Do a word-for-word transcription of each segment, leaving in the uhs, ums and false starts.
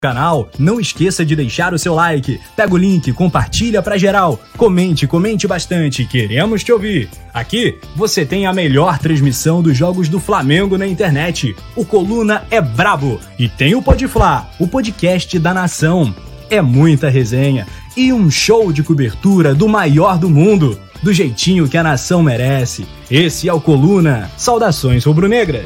Canal, não esqueça de deixar o seu like, pega o link, compartilha pra geral, comente, comente bastante, queremos te ouvir. Aqui você tem a melhor transmissão dos jogos do Flamengo na internet. O Coluna é brabo e tem o Podfla, o podcast da nação. É muita resenha e um show de cobertura do maior do mundo, do jeitinho que a nação merece. Esse é o Coluna. Saudações rubro-negras.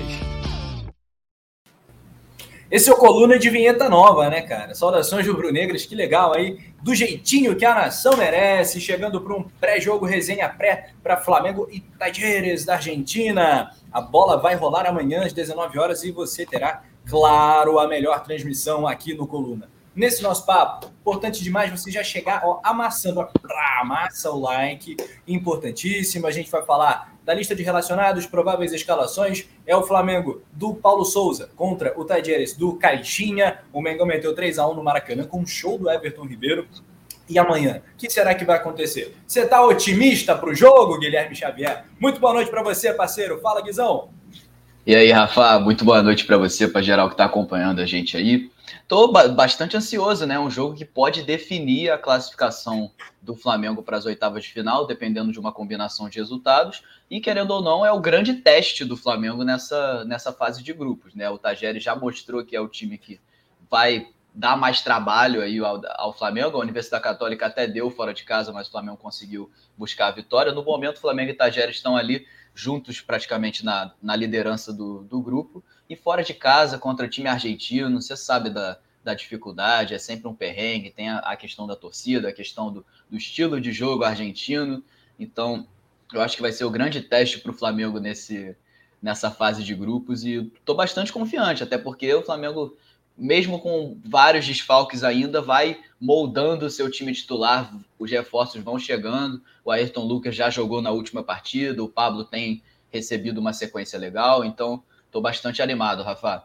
Esse é o Coluna de vinheta nova, né, cara? Saudações rubro-negras, que legal aí, do jeitinho que a nação merece, chegando para um pré-jogo, resenha pré para Flamengo e Talleres da Argentina. A bola vai rolar amanhã às dezenove horas e você terá, claro, a melhor transmissão aqui no Coluna. Nesse nosso papo, importante demais você já chegar ó, amassando, ó, amassa o like, importantíssimo. A gente vai falar da lista de relacionados, prováveis escalações. É o Flamengo do Paulo Souza contra o Talleres do Caixinha. O Mengão meteu três a um no Maracanã com um show do Everton Ribeiro. E amanhã, o que será que vai acontecer? Você está otimista para o jogo, Guilherme Xavier? Muito boa noite para você, parceiro. Fala, Guizão. E aí, Rafa, muito boa noite para você, para geral que está acompanhando a gente aí. Estou bastante ansioso, né? Um jogo que pode definir a classificação do Flamengo para as oitavas de final, dependendo de uma combinação de resultados. E, querendo ou não, é o grande teste do Flamengo nessa, nessa fase de grupos, né? O Talleres já mostrou que é o time que vai dar mais trabalho aí ao, ao Flamengo. A Universidade Católica até deu fora de casa, mas o Flamengo conseguiu buscar a vitória. No momento, o Flamengo e Talleres estão ali juntos praticamente na, na liderança do, do grupo. E fora de casa, contra time argentino, você sabe da, da dificuldade, é sempre um perrengue, tem a, a questão da torcida, a questão do, do estilo de jogo argentino. Então, eu acho que vai ser o grande teste para o Flamengo nesse, nessa fase de grupos e estou bastante confiante, até porque o Flamengo, mesmo com vários desfalques ainda, vai moldando o seu time titular, os reforços vão chegando, o Ayrton Lucas já jogou na última partida, o Pablo tem recebido uma sequência legal, então estou bastante animado, Rafa.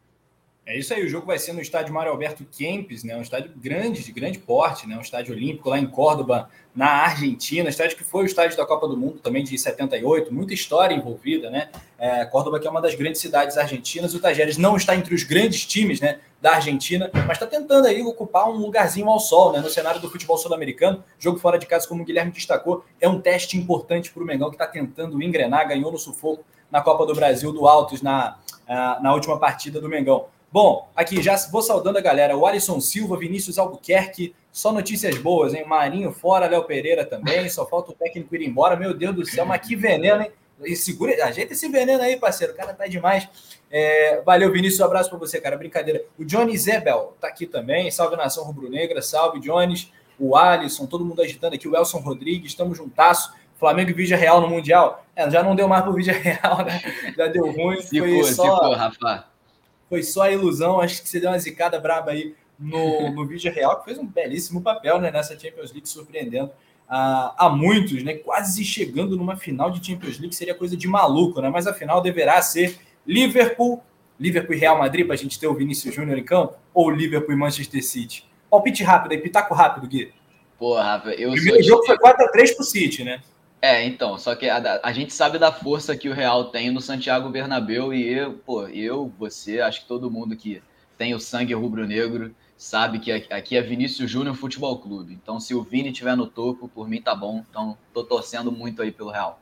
É isso aí, o jogo vai ser no estádio Mário Alberto Kempes, né? Um estádio grande, de grande porte, né? Um estádio olímpico lá em Córdoba, na Argentina, estádio que foi o estádio da Copa do Mundo também de setenta e oito, muita história envolvida, né? É, Córdoba que é uma das grandes cidades argentinas, o Talleres não está entre os grandes times, né, da Argentina, mas está tentando aí ocupar um lugarzinho ao sol, né, no cenário do futebol sul-americano. Jogo fora de casa, como o Guilherme destacou, é um teste importante para o Mengão, que está tentando engrenar, ganhou no sufoco na Copa do Brasil do Altos na, na última partida do Mengão. Bom, aqui já vou saudando a galera. O Alisson Silva, Vinícius Albuquerque, só notícias boas, hein? Marinho fora, Léo Pereira também, só falta o técnico ir embora. Meu Deus do céu, mas que veneno, hein? E segura, ajeita esse veneno aí, parceiro, o cara tá demais. É, valeu, Vinícius, um abraço pra você, cara, brincadeira. O Johnny Zebel tá aqui também, salve nação rubro-negra, salve, Jones. O Alisson, todo mundo agitando aqui, o Elson Rodrigues, estamos juntasso. Flamengo e Vídea Real no Mundial. É, já não deu mais pro Vídea Real, né? Já deu ruim. Se foi for, só... se for, Rafa. Foi só a ilusão, acho que você deu uma zicada braba aí no, no Vídea Real, que fez um belíssimo papel, né, nessa Champions League, surpreendendo a, a muitos, né, quase chegando numa final de Champions League, seria coisa de maluco, né, mas a final deverá ser Liverpool, Liverpool e Real Madrid, para a gente ter o Vinícius Júnior em campo, ou Liverpool e Manchester City. Palpite rápido aí, pitaco rápido, Gui. Pô, Rafa, eu o primeiro sou... jogo foi quatro a três pro City, né? É, então, só que a, a gente sabe da força que o Real tem no Santiago Bernabéu e eu, pô, eu, você, acho que todo mundo que tem o sangue rubro-negro sabe que aqui é Vinícius Júnior Futebol Clube. Então, se o Vini estiver no topo, por mim tá bom. Então, tô torcendo muito aí pelo Real.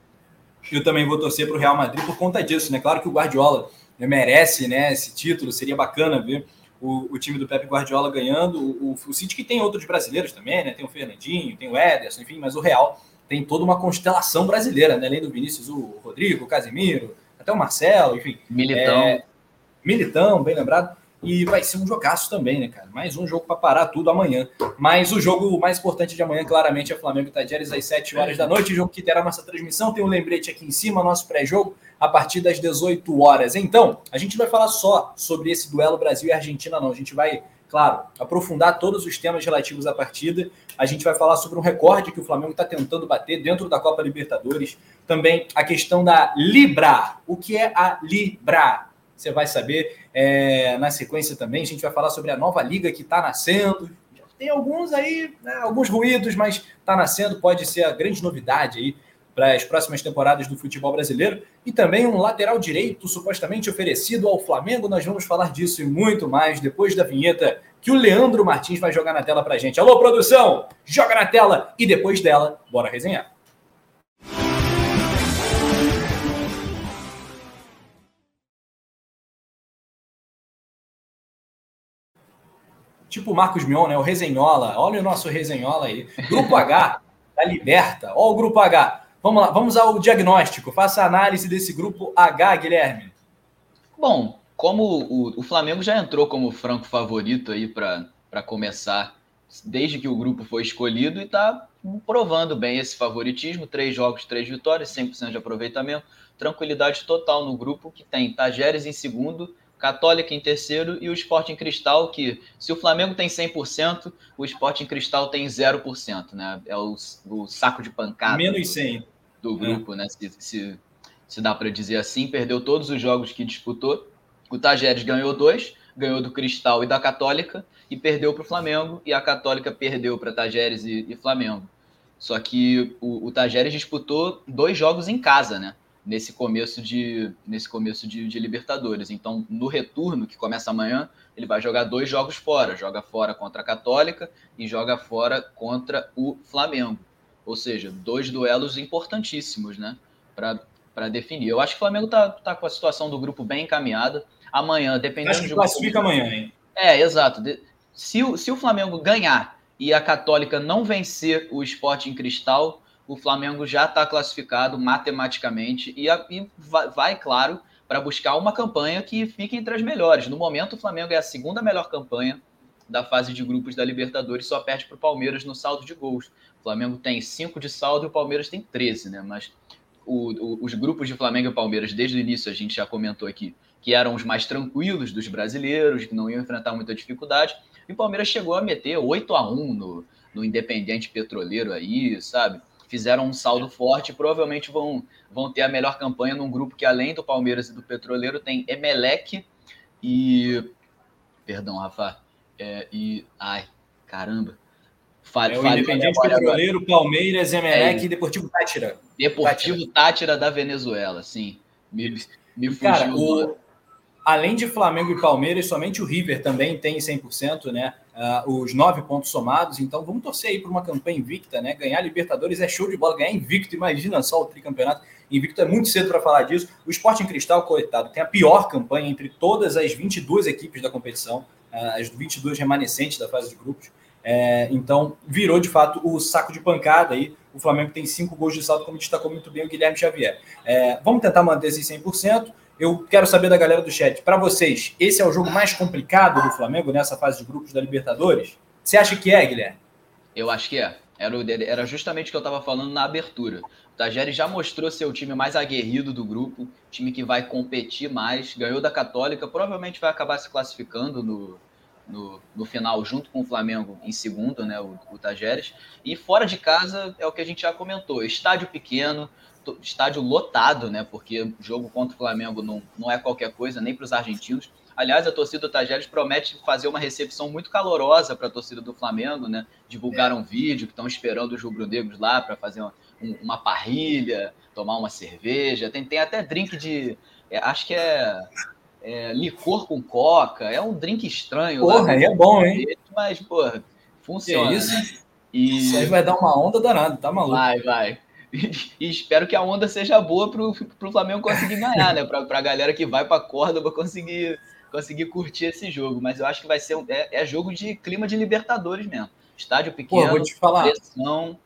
Eu também vou torcer pro Real Madrid por conta disso, né? Claro que o Guardiola merece, né, esse título, seria bacana ver o, o time do Pepe Guardiola ganhando. O, o, o City que tem outros brasileiros também, né? Tem o Fernandinho, tem o Ederson, enfim, mas o Real tem toda uma constelação brasileira, né? Além do Vinícius, o Rodrigo, o Casemiro, até o Marcelo, enfim. Militão. É, Militão, bem lembrado. E vai ser um jogaço também, né, cara? Mais um jogo para parar tudo amanhã. Mas o jogo mais importante de amanhã, claramente, é Flamengo e Talleres às sete horas da noite. O jogo que terá nossa transmissão. Tem um lembrete aqui em cima, nosso pré-jogo, a partir das dezoito horas. Então, a gente vai falar só sobre esse duelo Brasil e Argentina, não. A gente vai, claro, aprofundar todos os temas relativos à partida. A gente vai falar sobre um recorde que o Flamengo está tentando bater dentro da Copa Libertadores. Também a questão da Libra. O que é a Libra? Você vai saber é, na sequência também. A gente vai falar sobre a nova liga que está nascendo. Tem alguns aí, né, alguns ruídos, mas está nascendo. Pode ser a grande novidade aí para as próximas temporadas do futebol brasileiro, e também um lateral direito supostamente oferecido ao Flamengo. Nós vamos falar disso e muito mais depois da vinheta que o Leandro Martins vai jogar na tela para a gente. Alô, produção! Joga na tela! E depois dela, bora resenhar. Tipo o Marcos Mion, né? O Resenhola. Olha o nosso Resenhola aí. Grupo H, da Liberta. Olha o Grupo H. Vamos lá, vamos ao diagnóstico. Faça a análise desse Grupo H, Guilherme. Bom, como o, o Flamengo já entrou como franco favorito aí para começar, desde que o grupo foi escolhido, e está provando bem esse favoritismo. Três jogos, três vitórias, cem por cento de aproveitamento. Tranquilidade total no grupo, que tem Tajeres em segundo, Católica em terceiro e o Sporting Cristal, que se o Flamengo tem cem por cento, o Sporting Cristal tem zero por cento, né? É o, o saco de pancada menos cem do, do grupo, é. né? Se, se, se dá para dizer assim, perdeu todos os jogos que disputou. O Tajeres ganhou dois, ganhou do Cristal e da Católica, e perdeu para o Flamengo, e a Católica perdeu para Tajeres e, e Flamengo. Só que o, o Tajeres disputou dois jogos em casa, né? Nesse começo, de, nesse começo de, de Libertadores. Então, no retorno, que começa amanhã, ele vai jogar dois jogos fora. Joga fora contra a Católica e joga fora contra o Flamengo. Ou seja, dois duelos importantíssimos, né? Para definir. Eu acho que o Flamengo está tá com a situação do grupo bem encaminhada. Amanhã, dependendo... Acho que de classifica como... amanhã, hein? É, exato. Se o, se o Flamengo ganhar e a Católica não vencer o Sporting Cristal, o Flamengo já está classificado matematicamente e, a, e vai, vai, claro, para buscar uma campanha que fique entre as melhores. No momento, o Flamengo é a segunda melhor campanha da fase de grupos da Libertadores, só perde para o Palmeiras no saldo de gols. O Flamengo tem cinco de saldo e o Palmeiras tem treze, né? Mas o, o, os grupos de Flamengo e Palmeiras, desde o início, a gente já comentou aqui, que eram os mais tranquilos dos brasileiros, que não iam enfrentar muita dificuldade, e o Palmeiras chegou a meter oito a um no, no Independiente Petroleiro aí, sabe? Fizeram um saldo forte e provavelmente vão, vão ter a melhor campanha num grupo que, além do Palmeiras e do Petroleiro, tem Emelec e... Perdão, Rafa. É, e... Ai, caramba. Fa... É o Independiente Petroleiro, agora. Palmeiras, Emelec é, e Deportivo Táchira. Deportivo Táchira. Táchira da Venezuela, sim. Me, me fugiu. Cara, o... além de Flamengo e Palmeiras, somente o River também tem cem por cento, né? Uh, os nove pontos somados, então vamos torcer aí por uma campanha invicta, né? Ganhar Libertadores é show de bola, ganhar invicto, imagina só o tricampeonato. Invicto é muito cedo para falar disso. O Sporting Cristal, coitado, tem a pior campanha entre todas as vinte e duas equipes da competição, uh, as vinte e duas remanescentes da fase de grupos. É, então, virou de fato o saco de pancada aí. O Flamengo tem cinco gols de saldo, como destacou muito bem o Guilherme Xavier. É, vamos tentar manter esses cem por cento. Eu quero saber da galera do chat, para vocês, esse é o jogo mais complicado do Flamengo nessa fase de grupos da Libertadores? Você acha que é, Guilherme? Eu acho que é. Era, era justamente o que eu estava falando na abertura. O Tajeres já mostrou ser o time mais aguerrido do grupo, time que vai competir mais, ganhou da Católica, provavelmente vai acabar se classificando no, no, no final, junto com o Flamengo em segundo, né, o, o Tajeres. E fora de casa, é o que a gente já comentou, estádio pequeno, estádio lotado, né? Porque jogo contra o Flamengo não, não é qualquer coisa, nem para os argentinos. Aliás, a torcida do Tajeres promete fazer uma recepção muito calorosa para a torcida do Flamengo, né? Divulgaram um vídeo que estão esperando os rubro-negros lá para fazer uma, uma parrilha, tomar uma cerveja. Tem, tem até drink de... É, acho que é, é licor com coca. É um drink estranho. Porra, lá, é bom, hein? Mas, porra, funciona. Que isso? Né? E... Isso aí vai dar uma onda danada, tá maluco? Vai, vai. E espero que a onda seja boa para o Flamengo conseguir ganhar, né? Para a galera que vai para Córdoba conseguir, conseguir curtir esse jogo. Mas eu acho que vai ser um, é, é jogo de clima de Libertadores mesmo. Estádio pequeno, Pô, vou te falar. Pressão.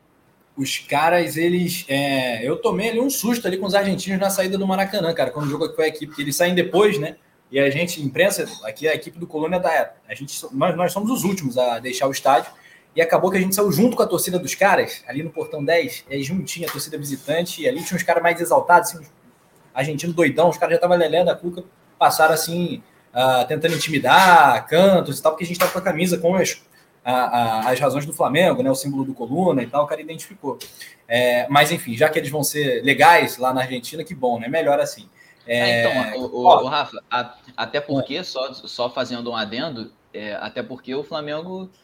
Os caras, eles... É, eu tomei ali um susto ali com os argentinos na saída do Maracanã, cara, quando o jogo foi a equipe, porque eles saem depois, né? E a gente, imprensa, aqui a equipe do Colônia da... A gente, nós, nós somos os últimos a deixar o estádio. E acabou que a gente saiu junto com a torcida dos caras, ali no Portão dez, e aí juntinho a torcida visitante, e ali tinha uns caras mais exaltados, assim, uns argentinos doidão, os caras já estavam lelé da cuca, passaram assim, uh, tentando intimidar, cantos e tal, porque a gente estava com a camisa com as, a, a, as razões do Flamengo, né, o símbolo do Coluna e tal, o cara identificou. É, mas enfim, já que eles vão ser legais lá na Argentina, que bom, né, melhor assim. É, então, o, o, ó, o Rafa, a, até porque, só, só fazendo um adendo, é, até porque o Flamengo...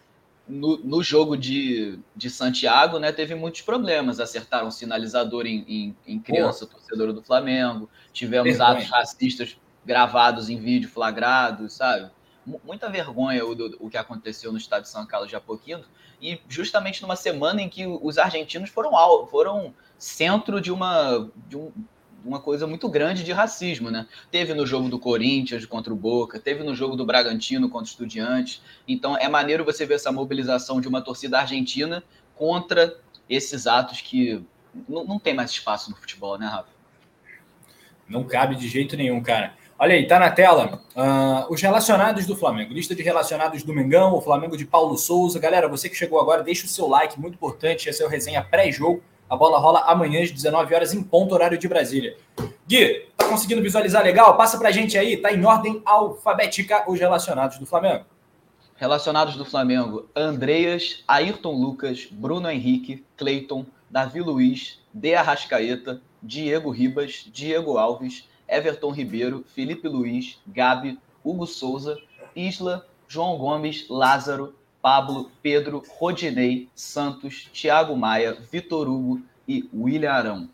no, no jogo de, de Santiago, né, teve muitos problemas. Acertaram um sinalizador em, em, em criança Pô. torcedora do Flamengo. Tivemos vergonha. atos racistas gravados em vídeo, flagrados, sabe? Muita vergonha o, o que aconteceu no estádio São Carlos de Apoquindo. E justamente numa semana em que os argentinos foram, foram centro de uma... De um, uma coisa muito grande de racismo, né? Teve no jogo do Corinthians contra o Boca, teve no jogo do Bragantino contra o Estudiantes. Então é maneiro você ver essa mobilização de uma torcida argentina contra esses atos que não, não tem mais espaço no futebol, né, Rafa? Não cabe de jeito nenhum, cara. Olha aí, tá na tela uh, os relacionados do Flamengo. Lista de relacionados do Mengão, o Flamengo de Paulo Souza. Galera, você que chegou agora, deixa o seu like, muito importante. Essa é o resenha pré-jogo. A bola rola amanhã às dezenove horas em ponto, horário de Brasília. Gui, tá conseguindo visualizar legal? Passa pra gente aí, tá em ordem alfabética os relacionados do Flamengo. Relacionados do Flamengo: Andreas, Ayrton Lucas, Bruno Henrique, Cleiton, Davi Luiz, De Arrascaeta, Diego Ribas, Diego Alves, Everton Ribeiro, Felipe Luiz, Gabi, Hugo Souza, Isla, João Gomes, Lázaro, Pablo, Pedro, Rodinei, Santos, Thiago Maia, Vitor Hugo e William Arão.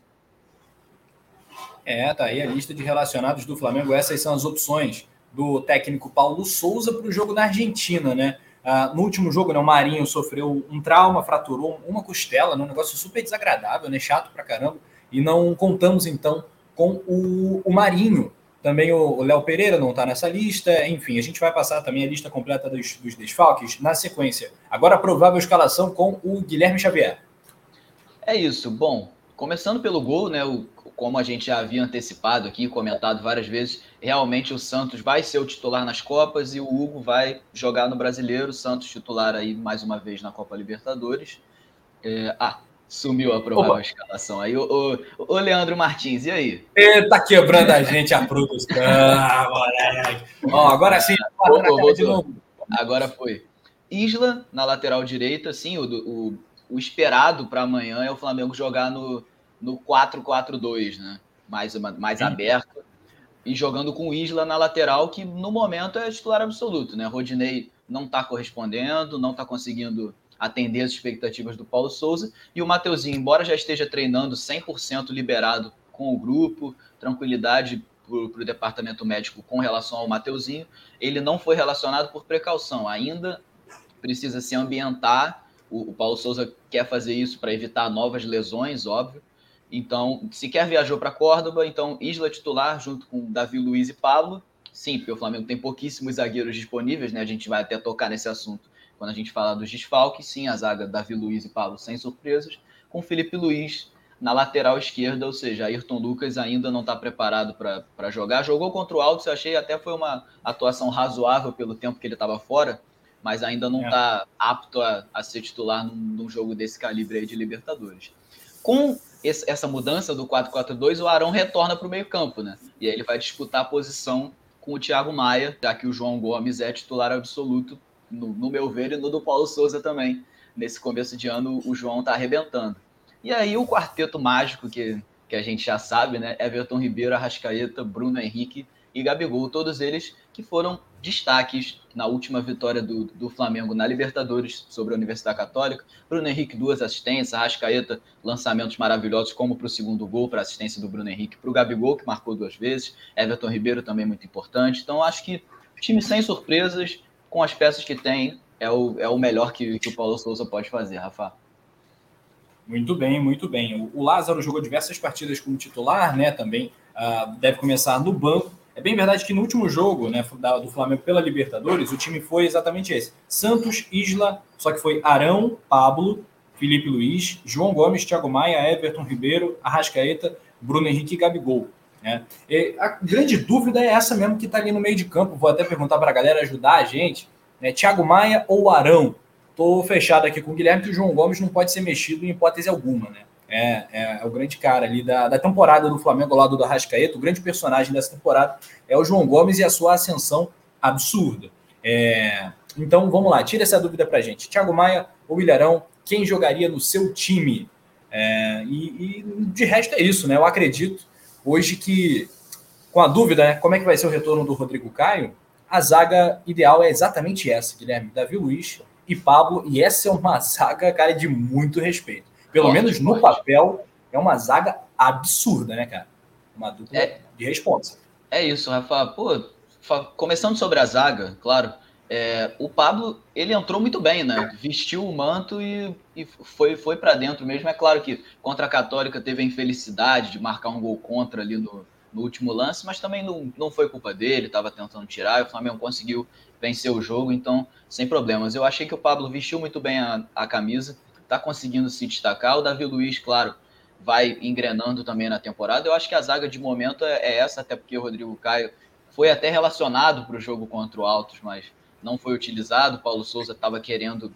É, tá aí a lista de relacionados do Flamengo. Essas são as opções do técnico Paulo Souza para o jogo na Argentina, né? Ah, no último jogo, né, o Marinho sofreu um trauma, fraturou uma costela, né, um negócio super desagradável, né, chato pra caramba. E não contamos, então, com o, o Marinho. Também o Léo Pereira não está nessa lista. Enfim, a gente vai passar também a lista completa dos, dos desfalques na sequência. Agora a provável escalação com o Guilherme Xavier. É isso. Bom, começando pelo gol, né? O, como a gente já havia antecipado aqui, comentado várias vezes, realmente o Santos vai ser o titular nas Copas e o Hugo vai jogar no Brasileiro. O Santos titular aí mais uma vez na Copa Libertadores. É, ah, Sumiu a provável Opa. escalação. Aí, o, o, o Leandro Martins, e aí? Ele tá quebrando a gente a produção, moleque. Ó, agora sim. Voltou, de novo. Agora foi. Isla na lateral direita, sim, o, o, o esperado para amanhã é o Flamengo jogar no, no quatro quatro dois, né? Mais, mais aberto. E jogando com Isla na lateral, que no momento é titular absoluto, né? Rodinei não tá correspondendo, não tá conseguindo atender as expectativas do Paulo Souza, e o Mateuzinho, embora já esteja treinando cem por cento liberado com o grupo, tranquilidade para o departamento médico com relação ao Mateuzinho, ele não foi relacionado por precaução, ainda precisa se ambientar, o, o Paulo Souza quer fazer isso para evitar novas lesões, óbvio, então, sequer viajou para Córdoba, então Isla titular junto com Davi Luiz e Pablo, sim, porque o Flamengo tem pouquíssimos zagueiros disponíveis, né? A gente vai até tocar nesse assunto quando a gente fala dos desfalques, sim, a zaga Davi Luiz e Pablo sem surpresas, com Felipe Luiz na lateral esquerda, ou seja, Ayrton Lucas ainda não está preparado para jogar. Jogou contra o Altos, eu achei até foi uma atuação razoável pelo tempo que ele estava fora, mas ainda não está é. apto a, a ser titular num, num jogo desse calibre aí de Libertadores. Com esse, essa mudança do quatro quatro dois, o Arão retorna para o meio campo, né? E aí ele vai disputar a posição com o Thiago Maia, já que o João Gomes é titular absoluto, No, no meu ver, e no do Paulo Souza também. Nesse começo de ano, o João tá arrebentando. E aí o quarteto mágico, que, que a gente já sabe, né? Everton Ribeiro, Arrascaeta, Bruno Henrique e Gabigol. Todos eles que foram destaques na última vitória do, do Flamengo na Libertadores sobre a Universidade Católica. Bruno Henrique, duas assistências. Arrascaeta, lançamentos maravilhosos, como para o segundo gol, para assistência do Bruno Henrique, para o Gabigol, que marcou duas vezes. Everton Ribeiro também muito importante. Então, acho que time sem surpresas, com as peças que tem, é o, é o melhor que, que o Paulo Souza pode fazer, Rafa. Muito bem, muito bem. O, o Lázaro jogou diversas partidas como titular, né, também uh, deve começar no banco. É bem verdade que no último jogo, né, da, do Flamengo pela Libertadores, o time foi exatamente esse. Santos, Isla, só que foi Arão, Pablo, Felipe Luiz, João Gomes, Thiago Maia, Everton Ribeiro, Arrascaeta, Bruno Henrique e Gabigol. Né? E a grande dúvida é essa mesmo que está ali no meio de campo. Vou até perguntar para a galera ajudar a gente. Né? Thiago Maia ou Arão? Estou fechado aqui com o Guilherme que o João Gomes não pode ser mexido em hipótese alguma. Né? É, é, é o grande cara ali da, da temporada do Flamengo ao lado do Arrascaeta. O grande personagem dessa temporada é o João Gomes e a sua ascensão absurda. É, então vamos lá, tira essa dúvida para a gente. Thiago Maia ou Ilharão, quem jogaria no seu time? É, e, e de resto é isso, né? Eu acredito hoje que, com a dúvida, né, como é que vai ser o retorno do Rodrigo Caio, a zaga ideal é exatamente essa, Guilherme. Davi Luiz, e Pablo, e essa é uma zaga, cara, de muito respeito. Pelo forte, menos no forte. papel, é uma zaga absurda, né, cara? Uma dupla é, de responsa. É isso, Rafa. Pô, começando sobre a zaga, claro, é, o Pablo, ele entrou muito bem, né? Vestiu o manto e, e foi, foi para dentro mesmo. É claro que contra a Católica teve a infelicidade de marcar um gol contra ali no, no último lance, mas também não, não foi culpa dele, estava tentando tirar, e o Flamengo conseguiu vencer o jogo, então sem problemas. Eu achei que o Pablo vestiu muito bem a, a camisa, está conseguindo se destacar. O Davi Luiz, claro, vai engrenando também na temporada. Eu acho que a zaga de momento é, é essa, até porque o Rodrigo Caio foi até relacionado para o jogo contra o Altos, mas não foi utilizado. O Paulo Souza estava querendo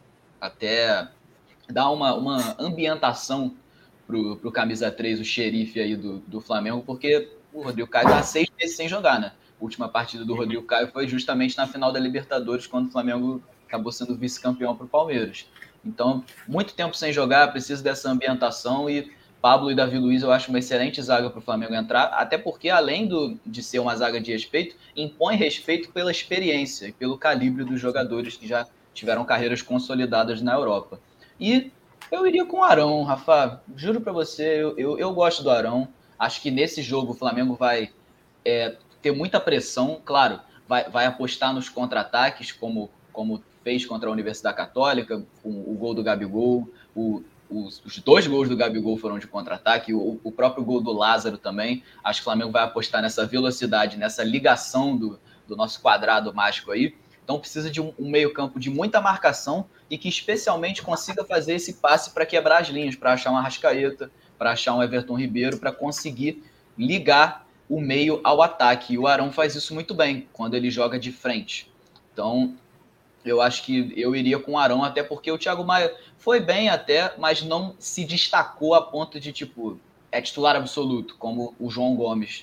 até dar uma, uma ambientação para o camisa três, o xerife aí do, do Flamengo, porque o Rodrigo Caio está seis meses sem jogar, né? A última partida do Rodrigo Caio foi justamente na final da Libertadores, quando o Flamengo acabou sendo vice-campeão para o Palmeiras. Então, muito tempo sem jogar, precisa dessa ambientação, e Pablo e Davi Luiz eu acho uma excelente zaga para o Flamengo entrar, até porque, além do, de ser uma zaga de respeito, impõe respeito pela experiência e pelo calibre dos jogadores que já tiveram carreiras consolidadas na Europa. E eu iria com o Arão, Rafa, juro para você, eu, eu, eu gosto do Arão. Acho que nesse jogo o Flamengo vai é, ter muita pressão, claro, vai, vai apostar nos contra-ataques, como, como fez contra a Universidade Católica, o, o gol do Gabigol, o Os, os dois gols do Gabigol foram de contra-ataque, o, o próprio gol do Lázaro também. Acho que o Flamengo vai apostar nessa velocidade, nessa ligação do, do nosso quadrado mágico aí. Então precisa de um, um meio-campo de muita marcação e que especialmente consiga fazer esse passe para quebrar as linhas, para achar uma Arrascaeta, para achar um Everton Ribeiro, para conseguir ligar o meio ao ataque. E o Arão faz isso muito bem quando ele joga de frente. Então, eu acho que eu iria com o Arão, até porque o Thiago Maia foi bem até, mas não se destacou a ponto de, tipo, é titular absoluto, como o João Gomes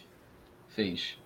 fez.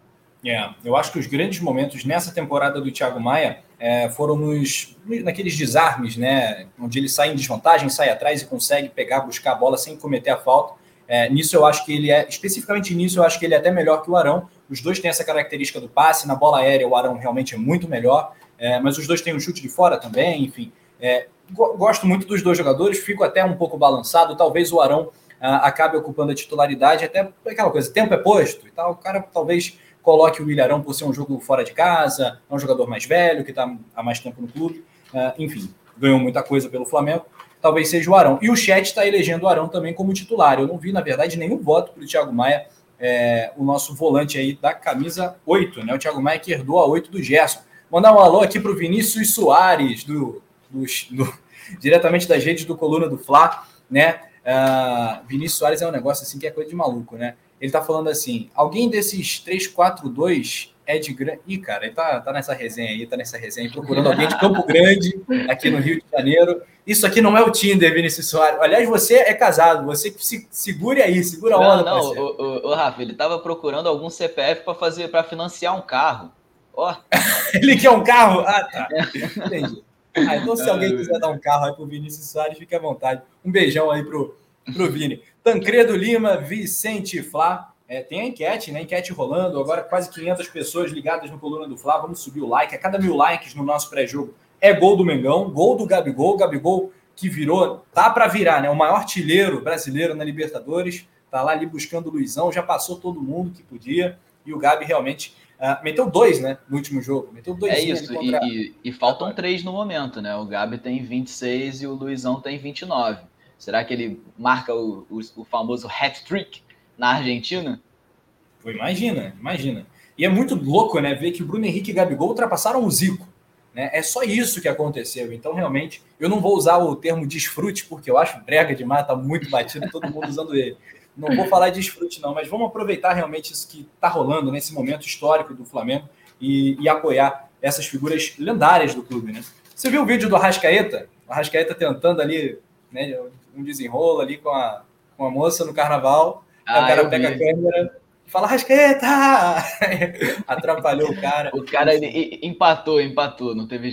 É, eu acho que os grandes momentos nessa temporada do Thiago Maia é, foram nos, naqueles desarmes, né, onde ele sai em desvantagem, sai atrás e consegue pegar, buscar a bola sem cometer a falta. É, nisso eu acho que ele é, especificamente nisso, eu acho que ele é até melhor que o Arão. Os dois têm essa característica do passe, na bola aérea o Arão realmente é muito melhor, é, mas os dois têm um chute de fora também, enfim. É, gosto muito dos dois jogadores, fico até um pouco balançado, talvez o Arão ah, acabe ocupando a titularidade, até aquela coisa, tempo é posto e tal, o cara talvez coloque o Willian Arão por ser um jogo fora de casa, é um jogador mais velho, que está há mais tempo no clube, ah, enfim, ganhou muita coisa pelo Flamengo, talvez seja o Arão. E o chat está elegendo o Arão também como titular, eu não vi, na verdade, nenhum voto para o Thiago Maia, é, o nosso volante aí da camisa oito, né? O Thiago Maia que herdou a oito do Gerson. Mandar um alô aqui para o Vinícius Soares, do, do, do, diretamente das redes do Coluna do Fla, né? Uh, Vinícius Soares é um negócio assim que é coisa de maluco, né? Ele tá falando assim, alguém desses três quatro dois é de grande... Ih, cara, ele tá, tá nessa resenha aí, tá nessa resenha aí, procurando alguém de Campo Grande, aqui no Rio de Janeiro. Isso aqui não é o Tinder, Vinícius Soares. Aliás, você é casado, você se segure aí, segura a onda. Não, não, o, o, o Rafa, ele tava procurando algum C P F para fazer, para financiar um carro. Ó. Ele quer um carro? Ah, tá. Entendi. Ah, então se alguém quiser dar um carro aí pro Vinícius Soares, fique à vontade. Um beijão aí pro, pro Vini. Tancredo Lima, Vicente Flá. É, tem a enquete, né? Enquete rolando. Agora quase quinhentas pessoas ligadas no Coluna do Flá. Vamos subir o like. A cada mil likes no nosso pré-jogo é gol do Mengão. Gol do Gabigol. Gabigol que virou, tá para virar, né? O maior artilheiro brasileiro na Libertadores. Tá lá ali buscando o Luizão. Já passou todo mundo que podia. E o Gabi realmente... Uh, meteu dois, né, no último jogo. Meteu dois. É isso, contra... e, e, e faltam três no momento, né? O Gabi tem vinte e seis e o Luizão tem vinte e nove. Será que ele marca o, o, o famoso hat-trick na Argentina? Pô, imagina, imagina. E é muito louco, né, ver que o Bruno Henrique e o Gabigol ultrapassaram o Zico. Né? É só isso que aconteceu. Então, realmente, eu não vou usar o termo desfrute, porque eu acho brega demais, tá muito batido, todo mundo usando ele. Não vou falar de desfrute, não, mas vamos aproveitar realmente isso que está rolando nesse momento histórico do Flamengo e, e apoiar essas figuras lendárias do clube, né? Você viu o vídeo do Arrascaeta? O Arrascaeta tentando ali, né, um desenrolo ali com a, com a moça no carnaval. Ah, aí o cara pega vi. a câmera e fala, Arrascaeta! Atrapalhou o cara. O cara ele empatou, empatou, não teve jeito.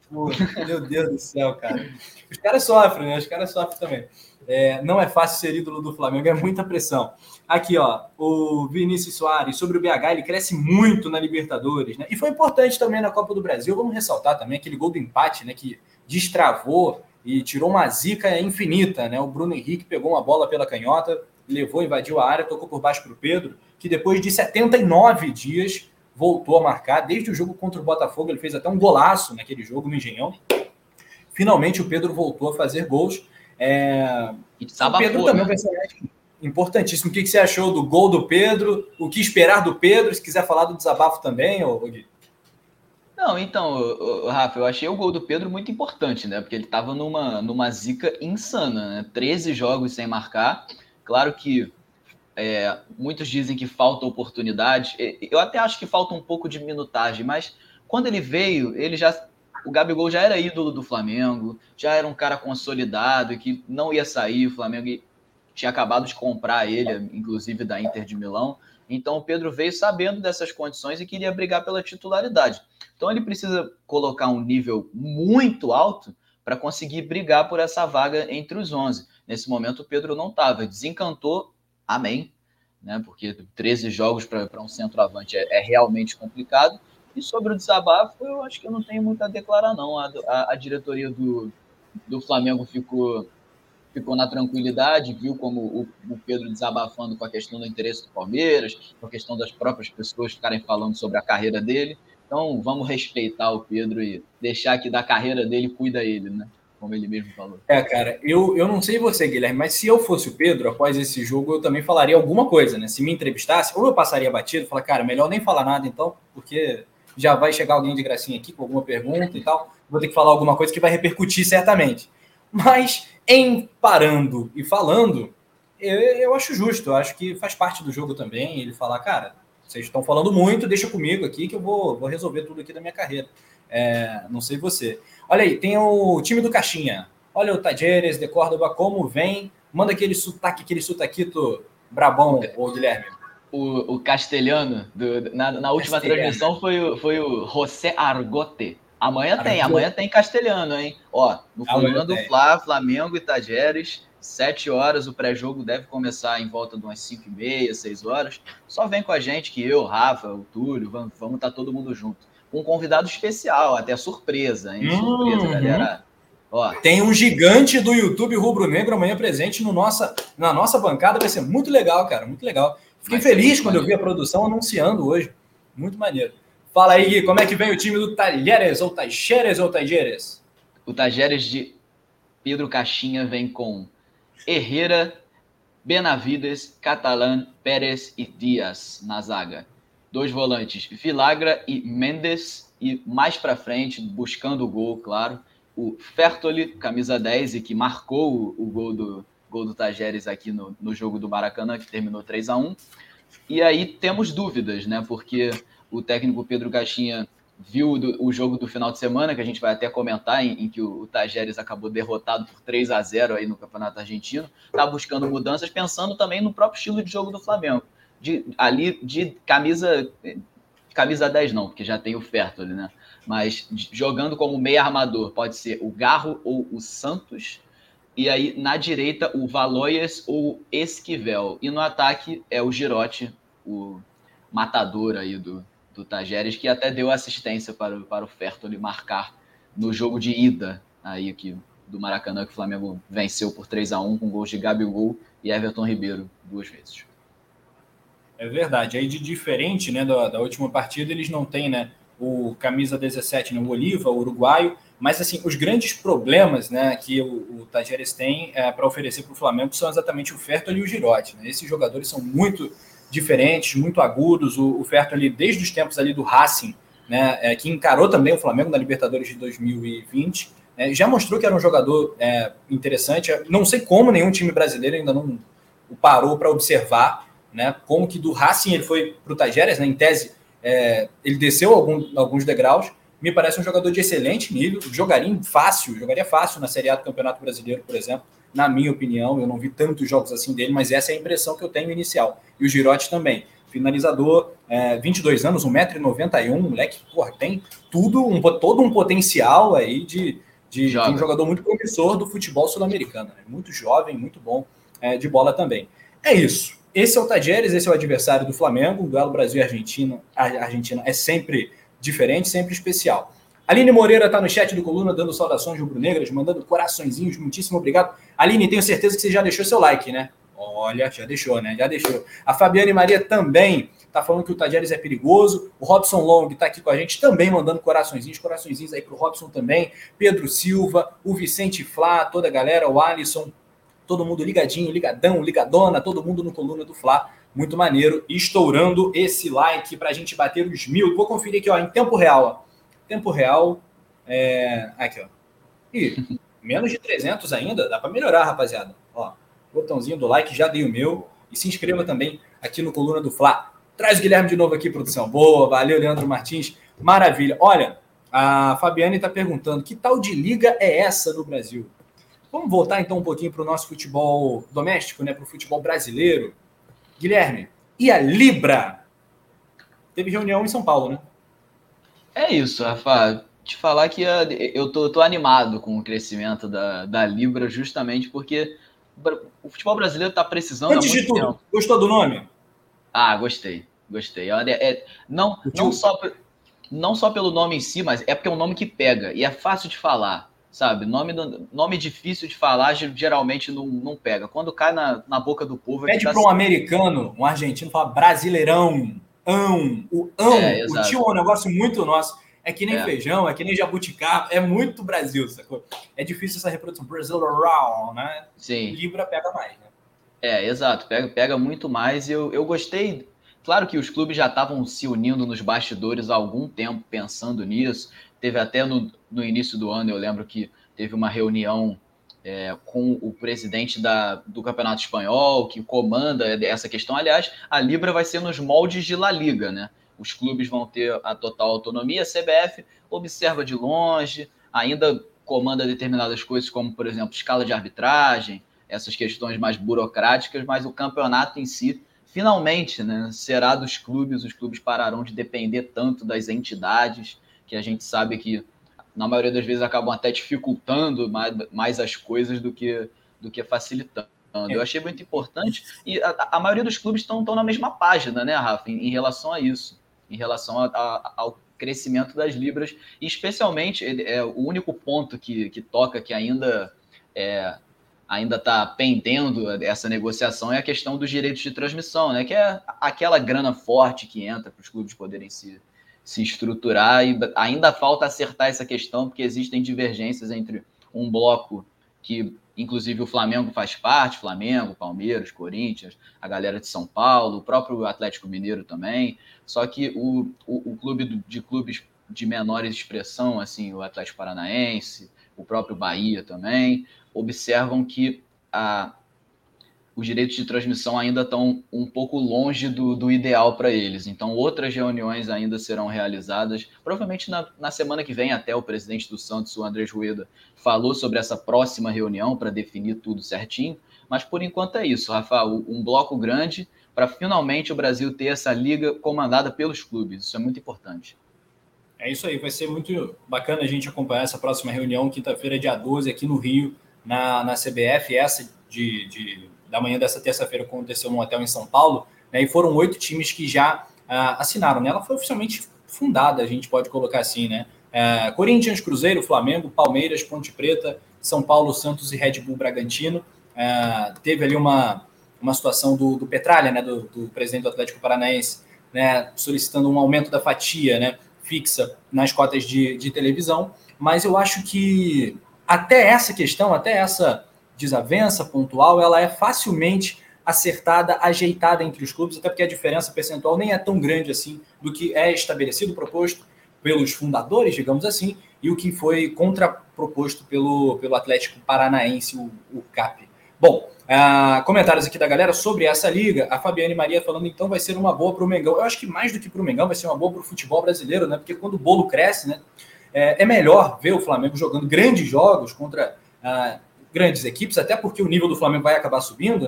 Pô, meu Deus do céu, cara. Os caras sofrem, né? Os caras sofrem também. É, não é fácil ser ídolo do Flamengo, é muita pressão. Aqui, ó, o Vinícius Soares, sobre o B H, ele cresce muito na Libertadores, né? E foi importante também na Copa do Brasil. Vamos ressaltar também aquele gol do empate, né? Que destravou e tirou uma zica infinita, né? O Bruno Henrique pegou uma bola pela canhota, levou, invadiu a área, tocou por baixo para o Pedro, que depois de setenta e nove dias voltou a marcar. Desde o jogo contra o Botafogo, ele fez até um golaço naquele jogo no Engenhão. Finalmente o Pedro voltou a fazer gols. É... E o Pedro também é um personagem importantíssimo. O que você achou do gol do Pedro? O que esperar do Pedro? Se quiser falar do desabafo também, ô Gui. Não, então, Rafa, eu achei o gol do Pedro muito importante, né? Porque ele estava numa, numa zica insana, né? treze jogos sem marcar. Claro que é, muitos dizem que falta oportunidade. Eu até acho que falta um pouco de minutagem, mas quando ele veio, ele já, o Gabigol já era ídolo do Flamengo, já era um cara consolidado, que não ia sair, o Flamengo tinha acabado de comprar ele, inclusive da Inter de Milão. Então o Pedro veio sabendo dessas condições e queria brigar pela titularidade. Então ele precisa colocar um nível muito alto para conseguir brigar por essa vaga entre os onze. Nesse momento o Pedro não estava, desencantou, amém, né? Porque treze jogos para um centroavante é, é realmente complicado. E sobre o desabafo, eu acho que eu não tenho muito a declarar, não. A, a, a diretoria do, do Flamengo ficou... ficou na tranquilidade, viu como o, o Pedro desabafando com a questão do interesse do Palmeiras, com a questão das próprias pessoas ficarem falando sobre a carreira dele. Então, vamos respeitar o Pedro e deixar que da carreira dele cuida ele, né? Como ele mesmo falou. É, cara, eu, eu não sei você, Guilherme, mas se eu fosse o Pedro, após esse jogo, eu também falaria alguma coisa, né? Se me entrevistasse, ou eu passaria batido, falar, cara, melhor nem falar nada então, porque já vai chegar alguém de gracinha aqui com alguma pergunta e tal, vou ter que falar alguma coisa que vai repercutir certamente. Mas, em parando e falando, eu, eu acho justo, eu acho que faz parte do jogo também, ele falar, cara, vocês estão falando muito, deixa comigo aqui que eu vou, vou resolver tudo aqui da minha carreira. É, não sei você. Olha aí, tem o time do Caixinha. Olha o Tajeres de Córdoba, como vem. Manda aquele sotaque, aquele sotaquito brabão, o Guilherme. O, o castelhano, do, na, na última castelhano. transmissão foi o, foi o José Argote. Amanhã Argote. tem, amanhã tem castelhano, hein? Ó, no Coluna do Fla, Flamengo e Tajeres, sete horas, o pré-jogo deve começar em volta de umas cinco e meia, seis horas. Só vem com a gente que eu, Rafa, o Túlio, vamos, vamos estar todo mundo junto. Um convidado especial, até surpresa, hein? Surpresa, uhum. galera. Ó. Tem um gigante do YouTube rubro-negro amanhã presente no nossa, na nossa bancada, vai ser muito legal, cara, muito legal. Fiquei vai feliz quando maneiro. eu vi a produção anunciando hoje, muito maneiro. Fala aí, Gui, como é que vem o time do Talheres, ou Tajeres, ou Tajeres? O Tajeres de Pedro Caixinha vem com Herrera, Benavides, Catalán, Pérez e Dias na zaga. Dois volantes, Vilagra e Mendes, e mais para frente, buscando o gol, claro, o Fertoli, camisa dez, e que marcou o, o gol do, gol do Tajeres aqui no, no jogo do Maracanã, que terminou três a um. E aí temos dúvidas, né? Porque o técnico Pedro Caixinha viu do, o jogo do final de semana, que a gente vai até comentar, em, em que o, o Tajeres acabou derrotado por três a zero aí no Campeonato Argentino, está buscando mudanças, pensando também no próprio estilo de jogo do Flamengo. De, ali de camisa camisa dez não, porque já tem o Fertoli, né? Mas de, jogando como meio armador, pode ser o Garro ou o Santos, e aí na direita o Valois ou o Esquivel, e no ataque é o Girotti, o matador aí do, do Tajeres, que até deu assistência para, para o Fertoli marcar no jogo de ida aí que, do Maracanã, que o Flamengo venceu por três a um com gols de Gabigol e Everton Ribeiro duas vezes. É verdade. Aí de diferente, né, da, da última partida, eles não têm, né, o camisa dezessete, né, o Oliva, o uruguaio, mas assim, os grandes problemas, né, que o, o Tajeres tem é, para oferecer para o Flamengo são exatamente o Fertoli e o Girotti, né? Esses jogadores são muito diferentes, muito agudos. O, o Fertoli, desde os tempos ali do Racing, né, é, que encarou também o Flamengo na Libertadores de dois mil e vinte, né, já mostrou que era um jogador é, interessante. Não sei como nenhum time brasileiro ainda não o parou para observar, né, como que do Racing ele foi para o Tajeres, né, em tese, é, ele desceu algum, alguns degraus. Me parece um jogador de excelente nível, jogaria fácil, jogaria fácil na Série A do Campeonato Brasileiro, por exemplo, na minha opinião. Eu não vi tantos jogos assim dele, mas essa é a impressão que eu tenho inicial. E o Girotti também. finalizador, é, vinte e dois anos, um metro e noventa e um, moleque, porra, tem tudo, um, todo um potencial aí de, de, de um jogador muito promissor do futebol sul-americano, né? Muito jovem, muito bom é, de bola também. É isso. Esse é o Tajeres, esse é o adversário do Flamengo, o duelo Brasil e Argentina. A Argentina é sempre diferente, sempre especial. Aline Moreira está no chat do Coluna, dando saudações rubro-negras, mandando coraçõezinhos, muitíssimo obrigado. Aline, tenho certeza que você já deixou seu like, né? Olha, já deixou, né? Já deixou. A Fabiane Maria também está falando que o Tajeres é perigoso. O Robson Long está aqui com a gente também, mandando coraçõezinhos, coraçõezinhos aí para o Robson também. Pedro Silva, o Vicente Flá, toda a galera, o Alisson, todo mundo ligadinho, ligadão, ligadona, todo mundo no Coluna do Fla, muito maneiro, estourando esse like para a gente bater os mil. Vou conferir aqui, ó, em tempo real, ó. Tempo real, é... aqui, ó. E menos de trezentos ainda, dá para melhorar, rapaziada. Ó, botãozinho do like, já dei o meu, e se inscreva também aqui no Coluna do Fla. Traz o Guilherme de novo aqui, produção. Boa, valeu, Leandro Martins, maravilha. Olha, a Fabiane está perguntando, que tal de liga é essa no Brasil? Vamos voltar então um pouquinho para o nosso futebol doméstico, né? Para o futebol brasileiro. Guilherme, e a Libra? Teve reunião em São Paulo, né? É isso, Rafa. Te falar que eu tô, tô animado com o crescimento da, da Libra, justamente porque o futebol brasileiro está precisando. Antes de tudo, tempo. Gostou do nome? Ah, gostei, gostei. É, é, não, não, só, não só pelo nome em si, mas é porque é um nome que pega e é fácil de falar. Sabe, nome, nome difícil de falar geralmente não, não pega. Quando cai na, na boca do povo... Pede para um americano, um argentino, falar brasileirão, ão. O ão, é, o tio é um negócio muito nosso. É que nem é. feijão, é que nem jabuticaba, é muito Brasil, sacou? É difícil essa reprodução. Brasileirão, né? Sim. Libra pega mais, né? É, exato. Pega, pega muito mais. Eu, eu gostei... Claro que os clubes já estavam se unindo nos bastidores há algum tempo pensando nisso. Teve até no, no início do ano, eu lembro que teve uma reunião é, com o presidente da, do Campeonato Espanhol, que comanda essa questão. Aliás, a Libra vai ser nos moldes de La Liga, né? Os clubes vão ter a total autonomia, a C B F observa de longe, ainda comanda determinadas coisas, como, por exemplo, escala de arbitragem, essas questões mais burocráticas, mas o campeonato em si, finalmente, né, será dos clubes, os clubes pararão de depender tanto das entidades, que a gente sabe que, na maioria das vezes, acabam até dificultando mais, mais as coisas do que, do que facilitando. Eu achei muito importante, e a, a maioria dos clubes estão na mesma página, né, Rafa, em, em relação a isso, em relação a, a, ao crescimento das libras, e especialmente, é, o único ponto que, que toca, que ainda é, ainda está pendendo essa negociação, é a questão dos direitos de transmissão, né, que é aquela grana forte que entra para os clubes poderem se se estruturar, e ainda falta acertar essa questão, porque existem divergências entre um bloco que, inclusive, o Flamengo faz parte, Flamengo, Palmeiras, Corinthians, a galera de São Paulo, o próprio Atlético Mineiro também, só que o, o, o clube de clubes de menores expressão, assim, o Atlético Paranaense, o próprio Bahia também, observam que a os direitos de transmissão ainda estão um pouco longe do, do ideal para eles. Então, outras reuniões ainda serão realizadas. Provavelmente na, na semana que vem, até o presidente do Santos, o Andrés Rueda, falou sobre essa próxima reunião para definir tudo certinho. Mas, por enquanto, é isso, Rafa. Um bloco grande para finalmente o Brasil ter essa liga comandada pelos clubes. Isso é muito importante. É isso aí. Vai ser muito bacana a gente acompanhar essa próxima reunião, quinta-feira, dia doze, aqui no Rio, na, na C B F. Essa de... de... da manhã dessa terça-feira aconteceu num hotel em São Paulo, né, e foram oito times que já ah, assinaram, né? Ela foi oficialmente fundada, a gente pode colocar assim, né? Ah, Corinthians, Cruzeiro, Flamengo, Palmeiras, Ponte Preta, São Paulo, Santos e Red Bull Bragantino. Ah, teve ali uma, uma situação do, do Petralha, né, do, do presidente do Atlético Paranaense, né, solicitando um aumento da fatia, né, fixa nas cotas de, de televisão, mas eu acho que até essa questão, até essa desavença pontual, ela é facilmente acertada, ajeitada entre os clubes, até porque a diferença percentual nem é tão grande assim do que é estabelecido, proposto pelos fundadores, digamos assim, e o que foi contraproposto pelo, pelo Atlético Paranaense, o, o C A P. Bom, uh, comentários aqui da galera sobre essa liga, a Fabiane Maria falando, então vai ser uma boa para o Mengão. Eu acho que mais do que para o Mengão, vai ser uma boa para o futebol brasileiro, né? Porque quando o bolo cresce, né, é, é melhor ver o Flamengo jogando grandes jogos contra... Uh, grandes equipes, até porque o nível do Flamengo vai acabar subindo, né?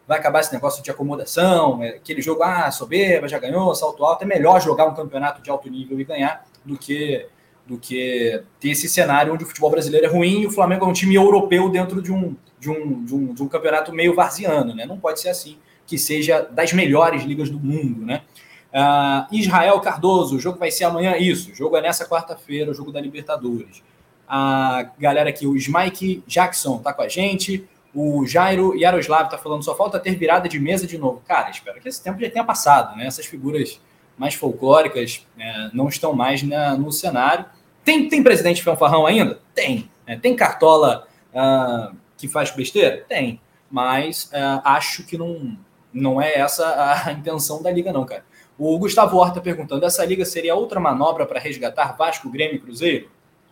vai acabar esse negócio de acomodação, aquele jogo, ah, soberba, já ganhou, salto alto, é melhor jogar um campeonato de alto nível e ganhar do que, do que ter esse cenário onde o futebol brasileiro é ruim e o Flamengo é um time europeu dentro de um, de um, de um, de um campeonato meio varziano, né? Não pode ser assim, que seja das melhores ligas do mundo, né? Uh, Israel Cardoso, o jogo vai ser amanhã, isso, o jogo é nessa quarta-feira, o jogo da Libertadores. A galera aqui, o Smike Jackson tá com a gente, o Jairo Yaroslav tá falando, só falta ter virada de mesa de novo. Cara, espero que esse tempo já tenha passado, né? Essas figuras mais folclóricas é, não estão mais na, no cenário. Tem, tem presidente fanfarrão ainda? Tem. Né? Tem cartola uh, que faz besteira? Tem. Mas uh, acho que não, não é essa a intenção da liga não, cara. O Gustavo Horta perguntando, essa liga seria outra manobra para resgatar Vasco, Grêmio e Cruzeiro?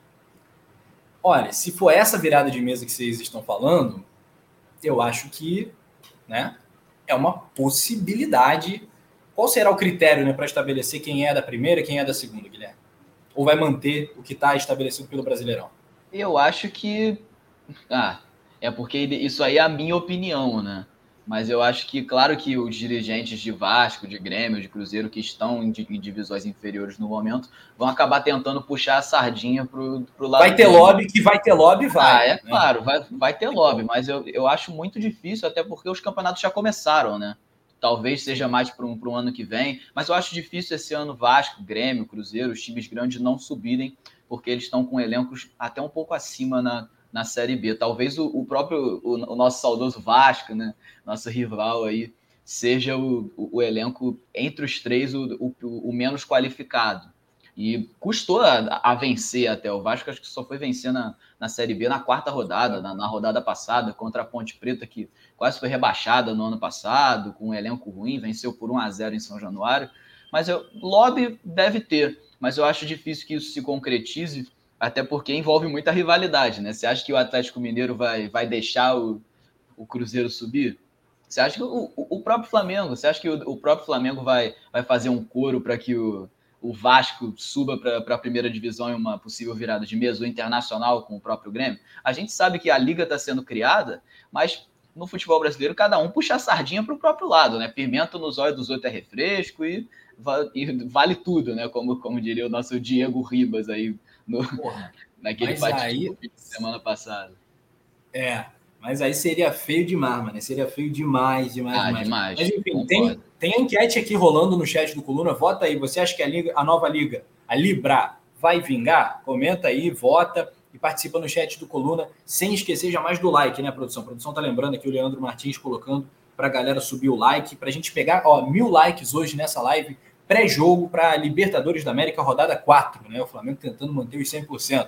Olha, se for essa virada de mesa que vocês estão falando, eu acho que, né, é uma possibilidade. Qual será o critério, né, para estabelecer quem é da primeira e quem é da segunda, Guilherme? Ou vai manter o que está estabelecido pelo Brasileirão? Eu acho que... Ah, é porque isso aí é a minha opinião, né? Mas eu acho que, claro que os dirigentes de Vasco, de Grêmio, de Cruzeiro, que estão em, em divisões inferiores no momento, vão acabar tentando puxar a sardinha para o lado. Vai ter lobby, que vai ter lobby, vai. Ah, é né? claro, vai, vai ter lobby, mas eu, eu acho muito difícil, até porque os campeonatos já começaram, né? Talvez seja mais para um, para um ano que vem, mas eu acho difícil esse ano Vasco, Grêmio, Cruzeiro, os times grandes não subirem, porque eles estão com elencos até um pouco acima na, na Série B. Talvez o, o próprio, o, o nosso saudoso Vasco, né? Nosso rival aí, seja o, o, o elenco entre os três o, o, o menos qualificado. E custou a, a vencer até. O Vasco acho que só foi vencer na, na Série B na quarta rodada, na, na rodada passada, contra a Ponte Preta, que quase foi rebaixada no ano passado, com um elenco ruim, venceu por um a zero em São Januário. Mas o lobby deve ter, mas eu acho difícil que isso se concretize, até porque envolve muita rivalidade, né? Você acha que o Atlético Mineiro vai, vai deixar o, o Cruzeiro subir? Você acha que o, o próprio Flamengo, você acha que o, o próprio Flamengo vai, vai fazer um coro para que o, o Vasco suba para a primeira divisão em uma possível virada de mesa, o Internacional com o próprio Grêmio? A gente sabe que a liga está sendo criada, mas no futebol brasileiro cada um puxa a sardinha para o próprio lado, né? Pimenta nos olhos dos outros é refresco e, e vale tudo, né? Como, como diria o nosso Diego Ribas aí no, Porra, naquele fatídico aí... semana passada. É. Mas aí seria feio demais, mano. Seria feio demais, demais, ah, demais. demais. Mas enfim, tem, tem a enquete aqui rolando no chat do Coluna. Vota aí. Você acha que a, liga, a nova liga, a Libra, vai vingar? Comenta aí, vota e participa no chat do Coluna. Sem esquecer jamais do like, né, produção? A produção tá lembrando aqui o Leandro Martins colocando pra galera subir o like, pra gente pegar, ó, mil likes hoje nessa live, pré-jogo para Libertadores da América, rodada quatro, né? O Flamengo tentando manter os cem por cento.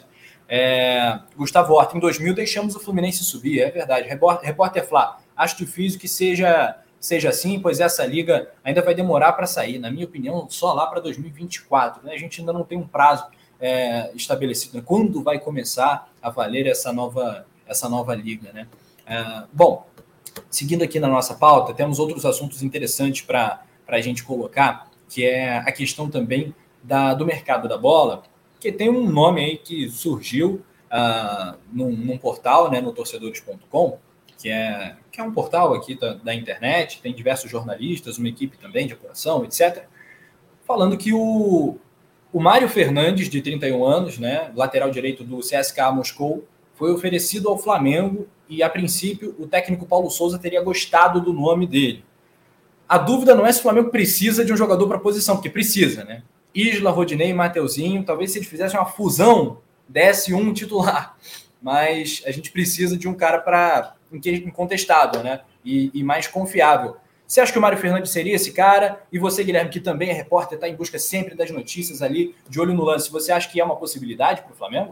É, Gustavo Horta, em dois mil deixamos o Fluminense subir, é verdade. Repórter Flá, acho difícil que seja, seja assim, pois essa liga ainda vai demorar para sair, na minha opinião, só lá para dois mil e vinte e quatro, né? A gente ainda não tem um prazo é, estabelecido, né? Quando vai começar a valer essa nova, essa nova liga, né? É, bom, seguindo aqui na nossa pauta, temos outros assuntos interessantes para a gente colocar, que é a questão também da, do mercado da bola, que tem um nome aí que surgiu uh, num, num portal, né, no torcedores ponto com, que é, que é um portal aqui da, da internet, tem diversos jornalistas, uma equipe também de apuração, etcétera, falando que o, o Mário Fernandes, de trinta e um anos, né, lateral direito do C S K A Moscou, foi oferecido ao Flamengo e, a princípio, o técnico Paulo Souza teria gostado do nome dele. A dúvida não é se o Flamengo precisa de um jogador para a posição, porque precisa, né? Isla, Rodinei e Mateuzinho, talvez se eles fizessem uma fusão, desse um titular. Mas a gente precisa de um cara para incontestável, né? E, e mais confiável. Você acha que o Mário Fernandes seria esse cara? E você, Guilherme, que também é repórter, está em busca sempre das notícias ali, de olho no lance. Você acha que é uma possibilidade para o Flamengo?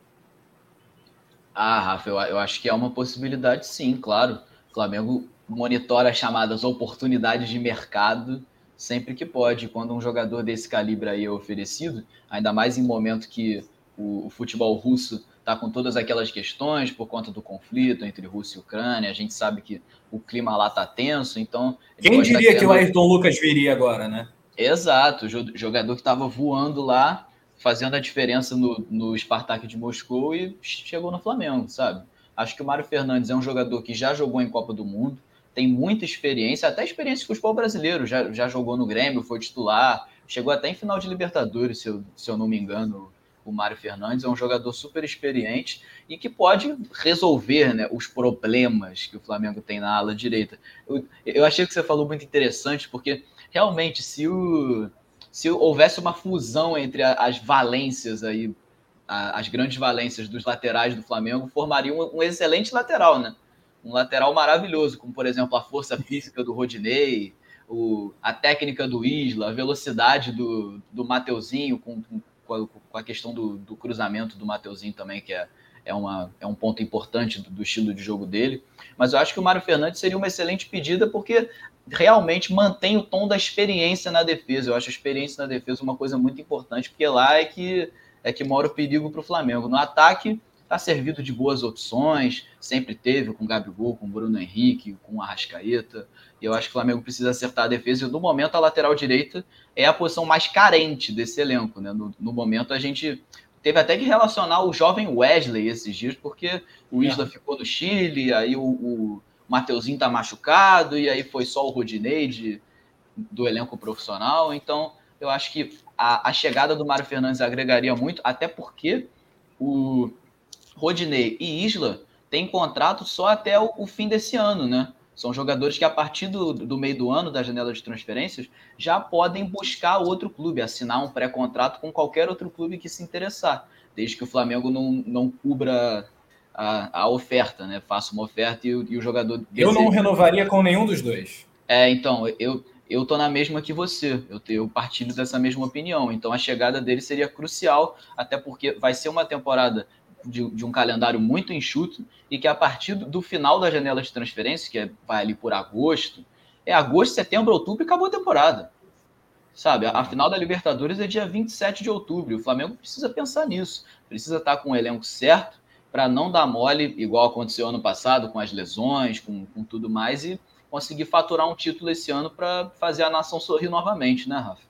Ah, Rafa, eu, eu acho que é uma possibilidade sim, claro. O Flamengo monitora as chamadas oportunidades de mercado sempre que pode. Quando um jogador desse calibre aí é oferecido, ainda mais em momento que o, o futebol russo está com todas aquelas questões por conta do conflito entre Rússia e Ucrânia, a gente sabe que o clima lá está tenso, então... Quem diria que o Ayrton Lucas viria agora, né? Exato, o jogador que estava voando lá, fazendo a diferença no, no Spartak de Moscou e chegou no Flamengo, sabe? Acho que o Mário Fernandes é um jogador que já jogou em Copa do Mundo, tem muita experiência, até experiência de futebol brasileiro, já, já jogou no Grêmio, foi titular, chegou até em final de Libertadores, se eu, se eu não me engano. O Mário Fernandes é um jogador super experiente e que pode resolver, né, os problemas que o Flamengo tem na ala direita. Eu, eu achei que você falou muito interessante, porque realmente, se, o, se houvesse uma fusão entre a, as valências, aí, a, as grandes valências dos laterais do Flamengo, formaria um, um excelente lateral, né? Um lateral maravilhoso, como, por exemplo, a força física do Rodinei, o, a técnica do Isla, a velocidade do, do Mateuzinho, com, com com a questão do, do cruzamento do Mateuzinho também, que é, é, uma, é um ponto importante do, do estilo de jogo dele. Mas eu acho que o Mário Fernandes seria uma excelente pedida, porque realmente mantém o tom da experiência na defesa. Eu acho a experiência na defesa uma coisa muito importante, porque lá é que, é que mora o perigo para o Flamengo. No ataque, está servido de boas opções, sempre teve com o Gabigol, com o Bruno Henrique, com o Arrascaeta, e eu acho que o Flamengo precisa acertar a defesa, e no momento a lateral direita é a posição mais carente desse elenco, né? No, no momento a gente teve até que relacionar o jovem Wesley esses dias, porque o Isla é. ficou no Chile, aí o, o Mateuzinho tá machucado, e aí foi só o Rodinei de, do elenco profissional, então eu acho que a, a chegada do Mário Fernandes agregaria muito, até porque o Rodinei e Isla têm contrato só até o, o fim desse ano, né? São jogadores que, a partir do, do meio do ano, da janela de transferências, já podem buscar outro clube, assinar um pré-contrato com qualquer outro clube que se interessar, desde que o Flamengo não, não cubra a, a oferta, né? Faça uma oferta e, e o jogador... Eu deseja... não renovaria com nenhum dos dois. É, então, eu, eu tô na mesma que você, eu, eu partilho dessa mesma opinião, então a chegada dele seria crucial, até porque vai ser uma temporada... De, de um calendário muito enxuto e que a partir do final da janela de transferência, que é, vai ali por agosto, é agosto, setembro, outubro e acabou a temporada. Sabe? A, a final da Libertadores é dia vinte e sete de outubro. O Flamengo precisa pensar nisso. Precisa estar com o elenco certo para não dar mole, igual aconteceu ano passado, com as lesões, com, com tudo mais, e conseguir faturar um título esse ano para fazer a nação sorrir novamente, né, Rafa?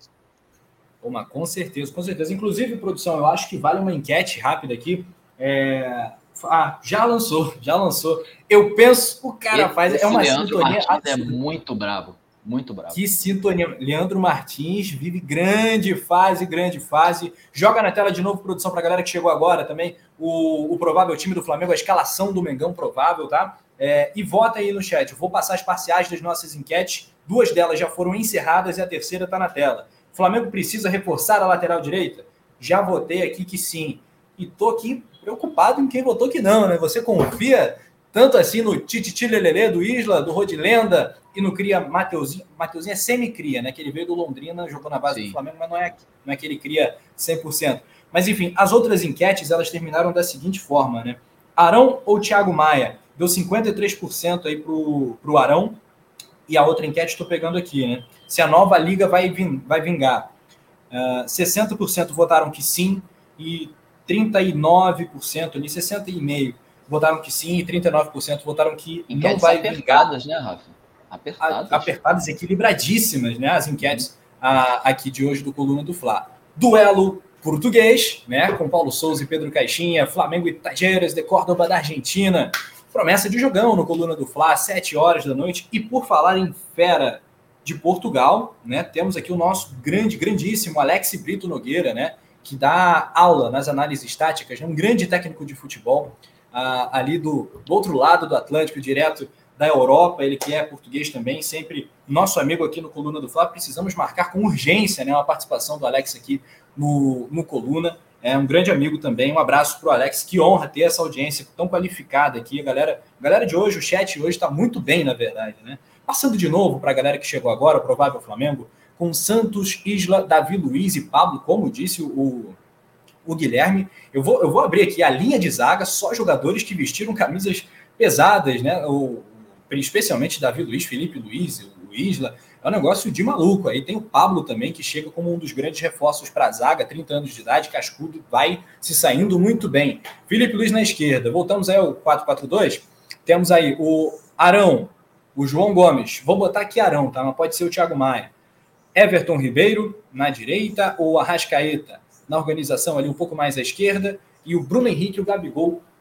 Uma, com certeza, com certeza. Inclusive, produção, eu acho que vale uma enquete rápida aqui. É... Ah, já lançou, já lançou. Eu penso, o cara esse, faz. Esse é uma Leandro sintonia. Martins é muito bravo, muito bravo. Que sintonia. Leandro Martins vive grande fase, grande fase. Joga na tela de novo, produção, para a galera que chegou agora também. O, o provável time do Flamengo, a escalação do Mengão provável, tá? É, e vota aí no chat. Eu vou passar as parciais das nossas enquetes. Duas delas já foram encerradas e a terceira está na tela. O Flamengo precisa reforçar a lateral direita? Já votei aqui que sim. E tô aqui preocupado em quem votou que não, né? Você confia tanto assim no Tititi Lelele do Isla, do Rodilenda e no cria Mateuzinho. Mateuzinho é semi-cria, né? Que ele veio do Londrina, jogou na base Sim. do Flamengo, mas não é, não é que ele cria cem por cento. Mas enfim, as outras enquetes, elas terminaram da seguinte forma, né? Arão ou Thiago Maia? Deu cinquenta e três por cento aí pro, pro Arão. E a outra enquete estou pegando aqui, né? Se a nova liga vai, vai vingar. Uh, sessenta por cento votaram que sim e trinta e nove por cento, ali, sessenta por cento votaram que sim e trinta e nove por cento votaram que enquetes não vai apertadas, vingar. Né, Rafa? Apertadas. Apertadas, equilibradíssimas, né? As enquetes a, aqui de hoje do Coluna do Fla. Duelo português, né? Com Paulo Souza e Pedro Caixinha, Flamengo e Tajeres de Córdoba da Argentina. Promessa de jogão no Coluna do Fla, sete horas da noite. E por falar em fera de Portugal, né? Temos aqui o nosso grande, grandíssimo Alex Brito Nogueira, né? Que dá aula nas análises táticas, né? Um grande técnico de futebol, ah, ali do, do outro lado do Atlântico, direto da Europa, ele que é português também, sempre nosso amigo aqui no Coluna do Fla. Precisamos marcar com urgência, né, uma participação do Alex aqui no, no Coluna. É um grande amigo também, um abraço para o Alex, que honra ter essa audiência tão qualificada aqui. A galera, a galera de hoje, o chat hoje está muito bem, na verdade, né? Passando de novo para a galera que chegou agora, o provável Flamengo, com Santos, Isla, Davi Luiz e Pablo, como disse o, o Guilherme. Eu vou, eu vou abrir aqui a linha de zaga, só jogadores que vestiram camisas pesadas, né? O, especialmente Davi Luiz, Felipe Luiz, o Isla. É um negócio de maluco. Aí tem o Pablo também, que chega como um dos grandes reforços para a zaga, trinta anos de idade, cascudo, vai se saindo muito bem. Felipe Luiz na esquerda. Voltamos aí ao quatro quatro dois. Temos aí o Arão, o João Gomes. Vou botar aqui Arão, tá? Mas pode ser o Thiago Maia. Everton Ribeiro na direita, ou Arrascaeta na organização ali um pouco mais à esquerda, e o Bruno Henrique e o Gabigol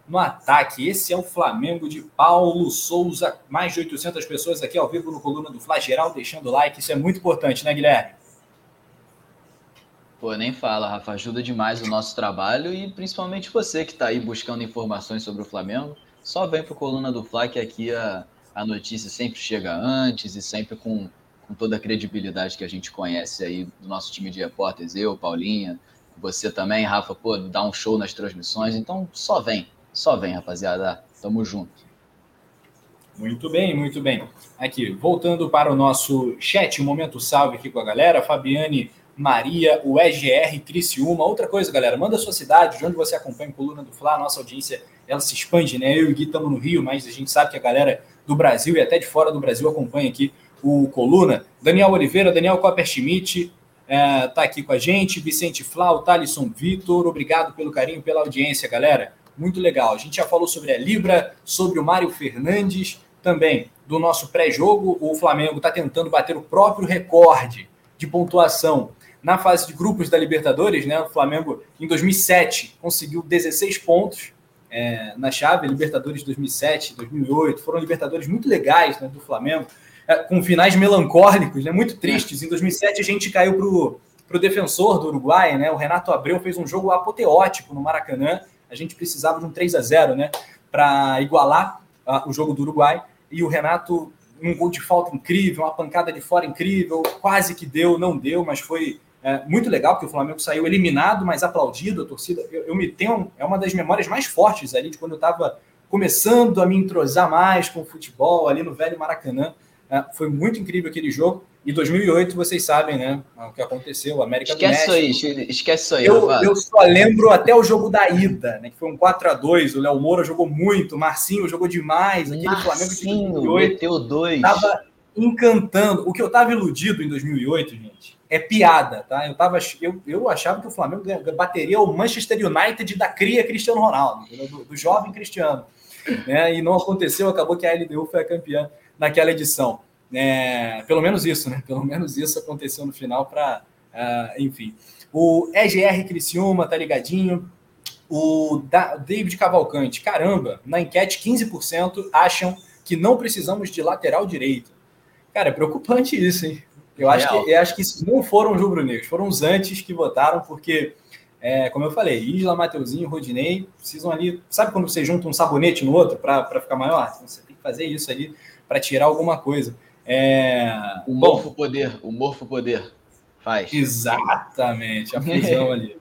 no ataque. Esse é o Flamengo de Paulo Souza. Mais de oitocentas pessoas aqui ao vivo no Coluna do Fla, geral deixando o like. Isso é muito importante, né, Guilherme? Pô, nem fala, Rafa. Ajuda demais o nosso trabalho e principalmente você que está aí buscando informações sobre o Flamengo. Só vem para o Coluna do Fla que aqui a, a notícia sempre chega antes e sempre com, com toda a credibilidade que a gente conhece aí do nosso time de repórteres. Eu, Paulinha, você também, Rafa, pô, dá um show nas transmissões. Então só vem, só vem, rapaziada. Tamo junto. Muito bem, muito bem. Aqui, voltando para o nosso chat, um momento salve aqui com a galera. Fabiane Maria, o E G R Criciúma. Outra coisa, galera, manda a sua cidade, de onde você acompanha a Coluna do Fla. A nossa audiência, ela se expande, né? Eu e o Gui estamos no Rio, mas a gente sabe que a galera do Brasil e até de fora do Brasil acompanha aqui o Coluna. Daniel Oliveira, Daniel Copper-Schmidt é, tá aqui com a gente. Vicente Flau, Thalisson Vitor, obrigado pelo carinho, pela audiência, galera. Muito legal. A gente já falou sobre a Libra, sobre o Mário Fernandes, também do nosso pré-jogo. O Flamengo está tentando bater o próprio recorde de pontuação na fase de grupos da Libertadores, né? O Flamengo, em dois mil e sete, conseguiu dezesseis pontos é, na chave. Libertadores de dois mil e sete, dois mil e oito, foram Libertadores muito legais, né, do Flamengo, é, com finais melancólicos, né, muito tristes. Em dois mil e sete, a gente caiu para o defensor do Uruguai, né? O Renato Abreu fez um jogo apoteótico no Maracanã. A gente precisava de um três a zero, né, para igualar uh, o jogo do Uruguai. E o Renato, um gol de falta incrível, uma pancada de fora incrível, quase que deu, não deu, mas foi é, muito legal, porque o Flamengo saiu eliminado, mas aplaudido, a torcida. Eu, eu me tenho, é uma das memórias mais fortes ali de quando eu estava começando a me entrosar mais com o futebol ali no velho Maracanã. É, foi muito incrível aquele jogo. E dois mil e oito, vocês sabem, né, o que aconteceu, o América do México. Esquece isso aí, esquece isso aí. Eu, eu só lembro até o jogo da ida, né, que foi um quatro a dois, o Léo Moura jogou muito, o Marcinho jogou demais, aquele Marcinho, Flamengo de dois mil e oito meteu dois. Tava encantando. O que eu tava iludido em dois mil e oito, gente, é piada, tá? Eu, tava, eu, eu achava que o Flamengo bateria o Manchester United da cria Cristiano Ronaldo, do, do jovem Cristiano, né? E não aconteceu, acabou que a L D U foi a campeã naquela edição. É, pelo menos isso, né? Pelo menos isso aconteceu no final para, uh, enfim. O E G R Criciúma tá ligadinho. O da, David Cavalcante, caramba, na enquete quinze por cento acham que não precisamos de lateral direito. Cara, é preocupante isso, hein? Eu acho, que, eu acho que isso não foram os rubro-negros, foram os antes que votaram, porque, é, como eu falei, Isla, Mateuzinho, Rodinei precisam ali. Sabe quando você junta um sabonete no outro para ficar maior? Você tem que fazer isso ali para tirar alguma coisa. É... O morfo poder, o morfo poder faz. Exatamente, a fusão ali.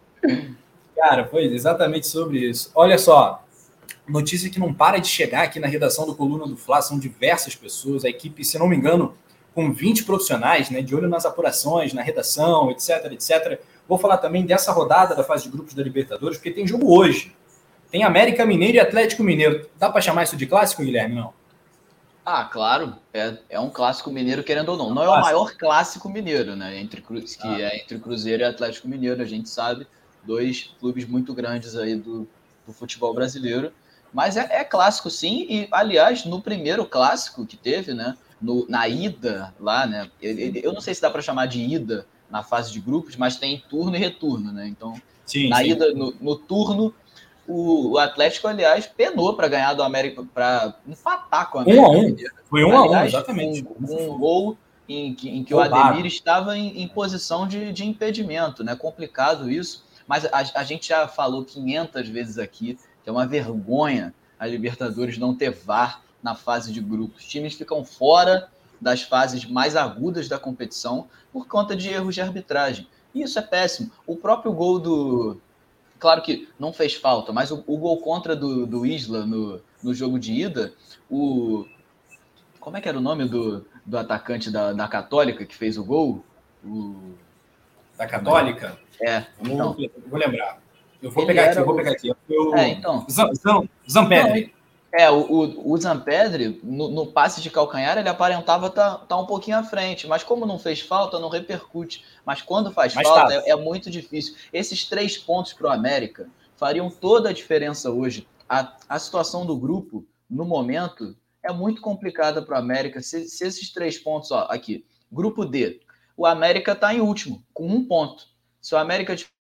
Cara, foi exatamente sobre isso. Olha só, notícia que não para de chegar aqui na redação do Coluna do Fla, são diversas pessoas, a equipe, se não me engano, com vinte profissionais, né, de olho nas apurações, na redação, etc, etcétera. Vou falar também dessa rodada da fase de grupos da Libertadores, porque tem jogo hoje. Tem América Mineiro e Atlético Mineiro. Dá para chamar isso de clássico, Guilherme? Não. Ah, claro, é, é um clássico mineiro, querendo ou não. Não é o maior clássico mineiro, né? Entre, que ah. é entre Cruzeiro e Atlético Mineiro, a gente sabe, dois clubes muito grandes aí do, do futebol brasileiro. Mas é, é clássico, sim, e, aliás, no primeiro clássico que teve, né? No, na ida lá, né? Eu, eu não sei se dá para chamar de ida na fase de grupos, mas tem turno e retorno, né? Então, sim, na sim. ida, no, no turno. O, o Atlético, aliás, penou para ganhar do América, para empatar com o América. Um a um. Foi um aliás, a um, exatamente. Um, um gol em que, em que o Ademir estava em, em posição de, de impedimento, né? Complicado isso, mas a, a gente já falou quinhentas vezes aqui que é uma vergonha a Libertadores não ter V A R na fase de grupos. Os times ficam fora das fases mais agudas da competição por conta de erros de arbitragem. E isso é péssimo. O próprio gol do... Claro que não fez falta, mas o, o gol contra do, do Isla no, no jogo de ida, o... Como é que era o nome do, do atacante da, da Católica que fez o gol? O... Da Católica? É. Então, vou, vou lembrar. Eu vou pegar aqui, eu vou pegar aqui. Eu... É, então. Zampedri. É, o, o, o Zampedri, no, no passe de calcanhar, ele aparentava estar tá, tá um pouquinho à frente, mas como não fez falta, não repercute. Mas quando faz mas falta, é, é muito difícil. Esses três pontos para o América fariam toda a diferença hoje. A, a situação do grupo, no momento, é muito complicada para o América. Se, se esses três pontos, ó, aqui, grupo D, o América está em último, com um ponto. Se o América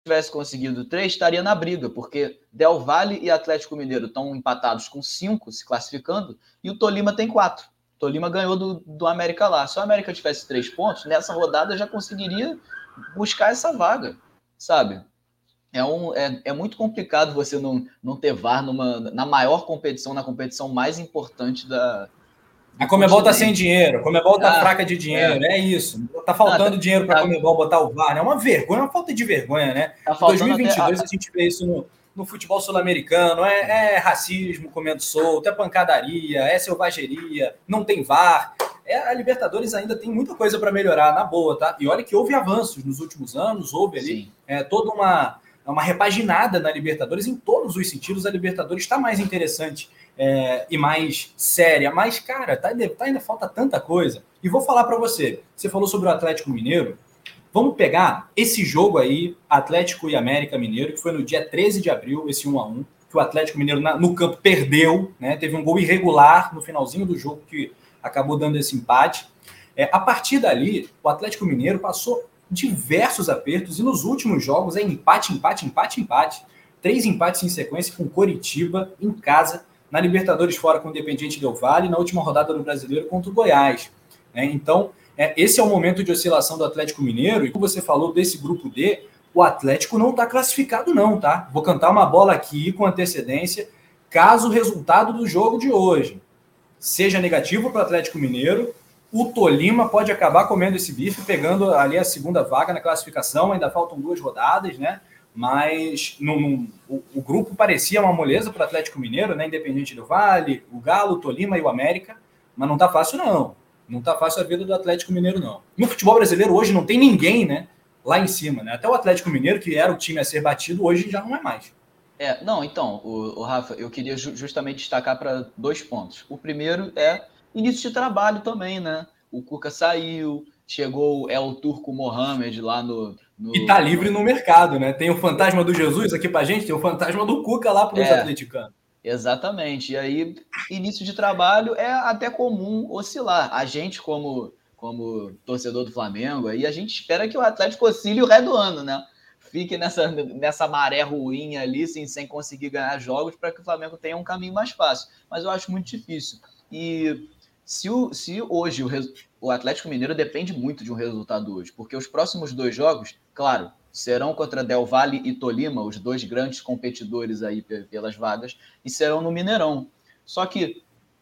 tivesse conseguido três, estaria na briga, porque Del Valle e Atlético Mineiro estão empatados com cinco, se classificando, e o Tolima tem quatro. O Tolima ganhou do, do América lá. Se o América tivesse três pontos, nessa rodada já conseguiria buscar essa vaga, sabe? É, um, é, é muito complicado você não, não ter V A R numa, na maior competição, na competição mais importante da... A Conmebol tá sem dinheiro, a Conmebol tá ah, fraca de dinheiro, é, é isso. Tá faltando ah, tá, dinheiro para a tá, Conmebol botar o V A R, né? É uma vergonha, uma falta de vergonha, né? Tá em dois mil e vinte e dois até... a gente vê isso no, no futebol sul-americano, é, é racismo comendo solto, é pancadaria, é selvageria, não tem V A R. É, a Libertadores ainda tem muita coisa para melhorar, na boa, tá? E olha que houve avanços nos últimos anos, houve ali é, toda uma, uma repaginada na Libertadores, em todos os sentidos a Libertadores está mais interessante. É, e mais séria, mas, cara, tá, tá, ainda falta tanta coisa. E vou falar para você, você falou sobre o Atlético Mineiro, vamos pegar esse jogo aí, Atlético e América Mineiro, que foi no dia treze de abril, esse um a um, que o Atlético Mineiro na, no campo perdeu, né, teve um gol irregular no finalzinho do jogo que acabou dando esse empate. É, a partir dali, o Atlético Mineiro passou diversos apertos e nos últimos jogos é empate, empate, empate, empate. Três empates em sequência com Coritiba em casa, na Libertadores fora com o Independiente Del Valle, na última rodada do Brasileiro contra o Goiás. Né? Então, é, esse é o momento de oscilação do Atlético Mineiro, e como você falou desse grupo D, o Atlético não está classificado não, tá? Vou cantar uma bola aqui com antecedência, caso o resultado do jogo de hoje seja negativo para o Atlético Mineiro, o Tolima pode acabar comendo esse bife, pegando ali a segunda vaga na classificação, ainda faltam duas rodadas, né? Mas no, no, o, o grupo parecia uma moleza para o Atlético Mineiro, né? Independente do Vale, o Galo, o Tolima e o América, mas não tá fácil não, não tá fácil a vida do Atlético Mineiro não. No futebol brasileiro hoje não tem ninguém, né, lá em cima, né? Até o Atlético Mineiro, que era o time a ser batido, hoje já não é mais. É, não, então, o, o Rafa, eu queria ju- justamente destacar para dois pontos. O primeiro é início de trabalho também, né? O Cuca saiu, chegou é o Turco Mohamed lá no, no... E tá livre no mercado, né? Tem o fantasma do Jesus aqui pra gente, tem o fantasma do Cuca lá para os é, atleticanos. Exatamente. E aí, início de trabalho é até comum oscilar. A gente, como, como torcedor do Flamengo, aí a gente espera que o Atlético oscile o resto do ano, né? Fique nessa, nessa maré ruim ali, assim, sem conseguir ganhar jogos, para que o Flamengo tenha um caminho mais fácil. Mas eu acho muito difícil. E se, o, se hoje o, o Atlético Mineiro depende muito de um resultado hoje, porque os próximos dois jogos, claro, serão contra Del Valle e Tolima, os dois grandes competidores aí pelas vagas, e serão no Mineirão. Só que,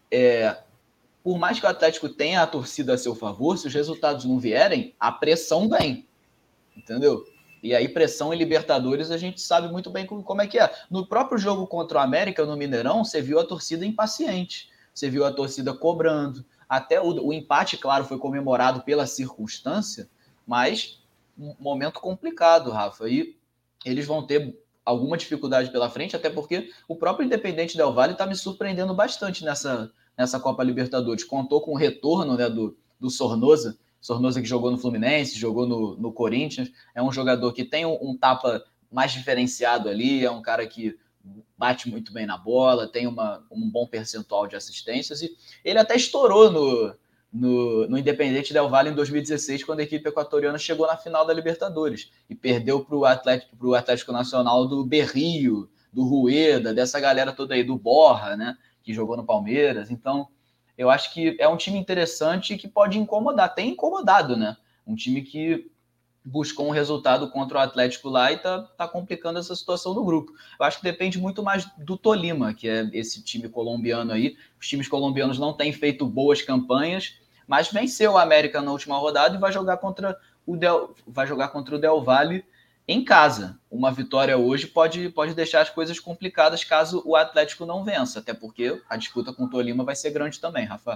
é, por mais que o Atlético tenha a torcida a seu favor, se os resultados não vierem, a pressão vem, entendeu? E aí pressão em Libertadores a gente sabe muito bem como é que é. No próprio jogo contra o América, no Mineirão, você viu a torcida impaciente, você viu a torcida cobrando, até o, o empate, claro, foi comemorado pela circunstância, mas um momento complicado, Rafa, e eles vão ter alguma dificuldade pela frente, até porque o próprio Independente Del Valle está me surpreendendo bastante nessa, nessa Copa Libertadores. Contou com o retorno, né, do, do Sornosa, Sornosa que jogou no Fluminense, jogou no, no Corinthians, é um jogador que tem um, um tapa mais diferenciado ali, é um cara que bate muito bem na bola, tem uma, um bom percentual de assistências, e ele até estourou no, no, no Independente Del Valle em dois mil e dezesseis, quando a equipe equatoriana chegou na final da Libertadores, e perdeu para o Atlético, pro Atlético Nacional do Berrio, do Rueda, dessa galera toda aí, do Borja, né, que jogou no Palmeiras. Então, eu acho que é um time interessante que pode incomodar, tem incomodado, né? Um time que buscou um resultado contra o Atlético lá e tá, tá complicando essa situação do grupo. Eu acho que depende muito mais do Tolima, que é esse time colombiano aí. Os times colombianos não têm feito boas campanhas, mas venceu o América na última rodada e vai jogar contra o Del, vai jogar contra o Del Valle em casa. Uma vitória hoje pode, pode deixar as coisas complicadas caso o Atlético não vença, até porque a disputa com o Tolima vai ser grande também, Rafa.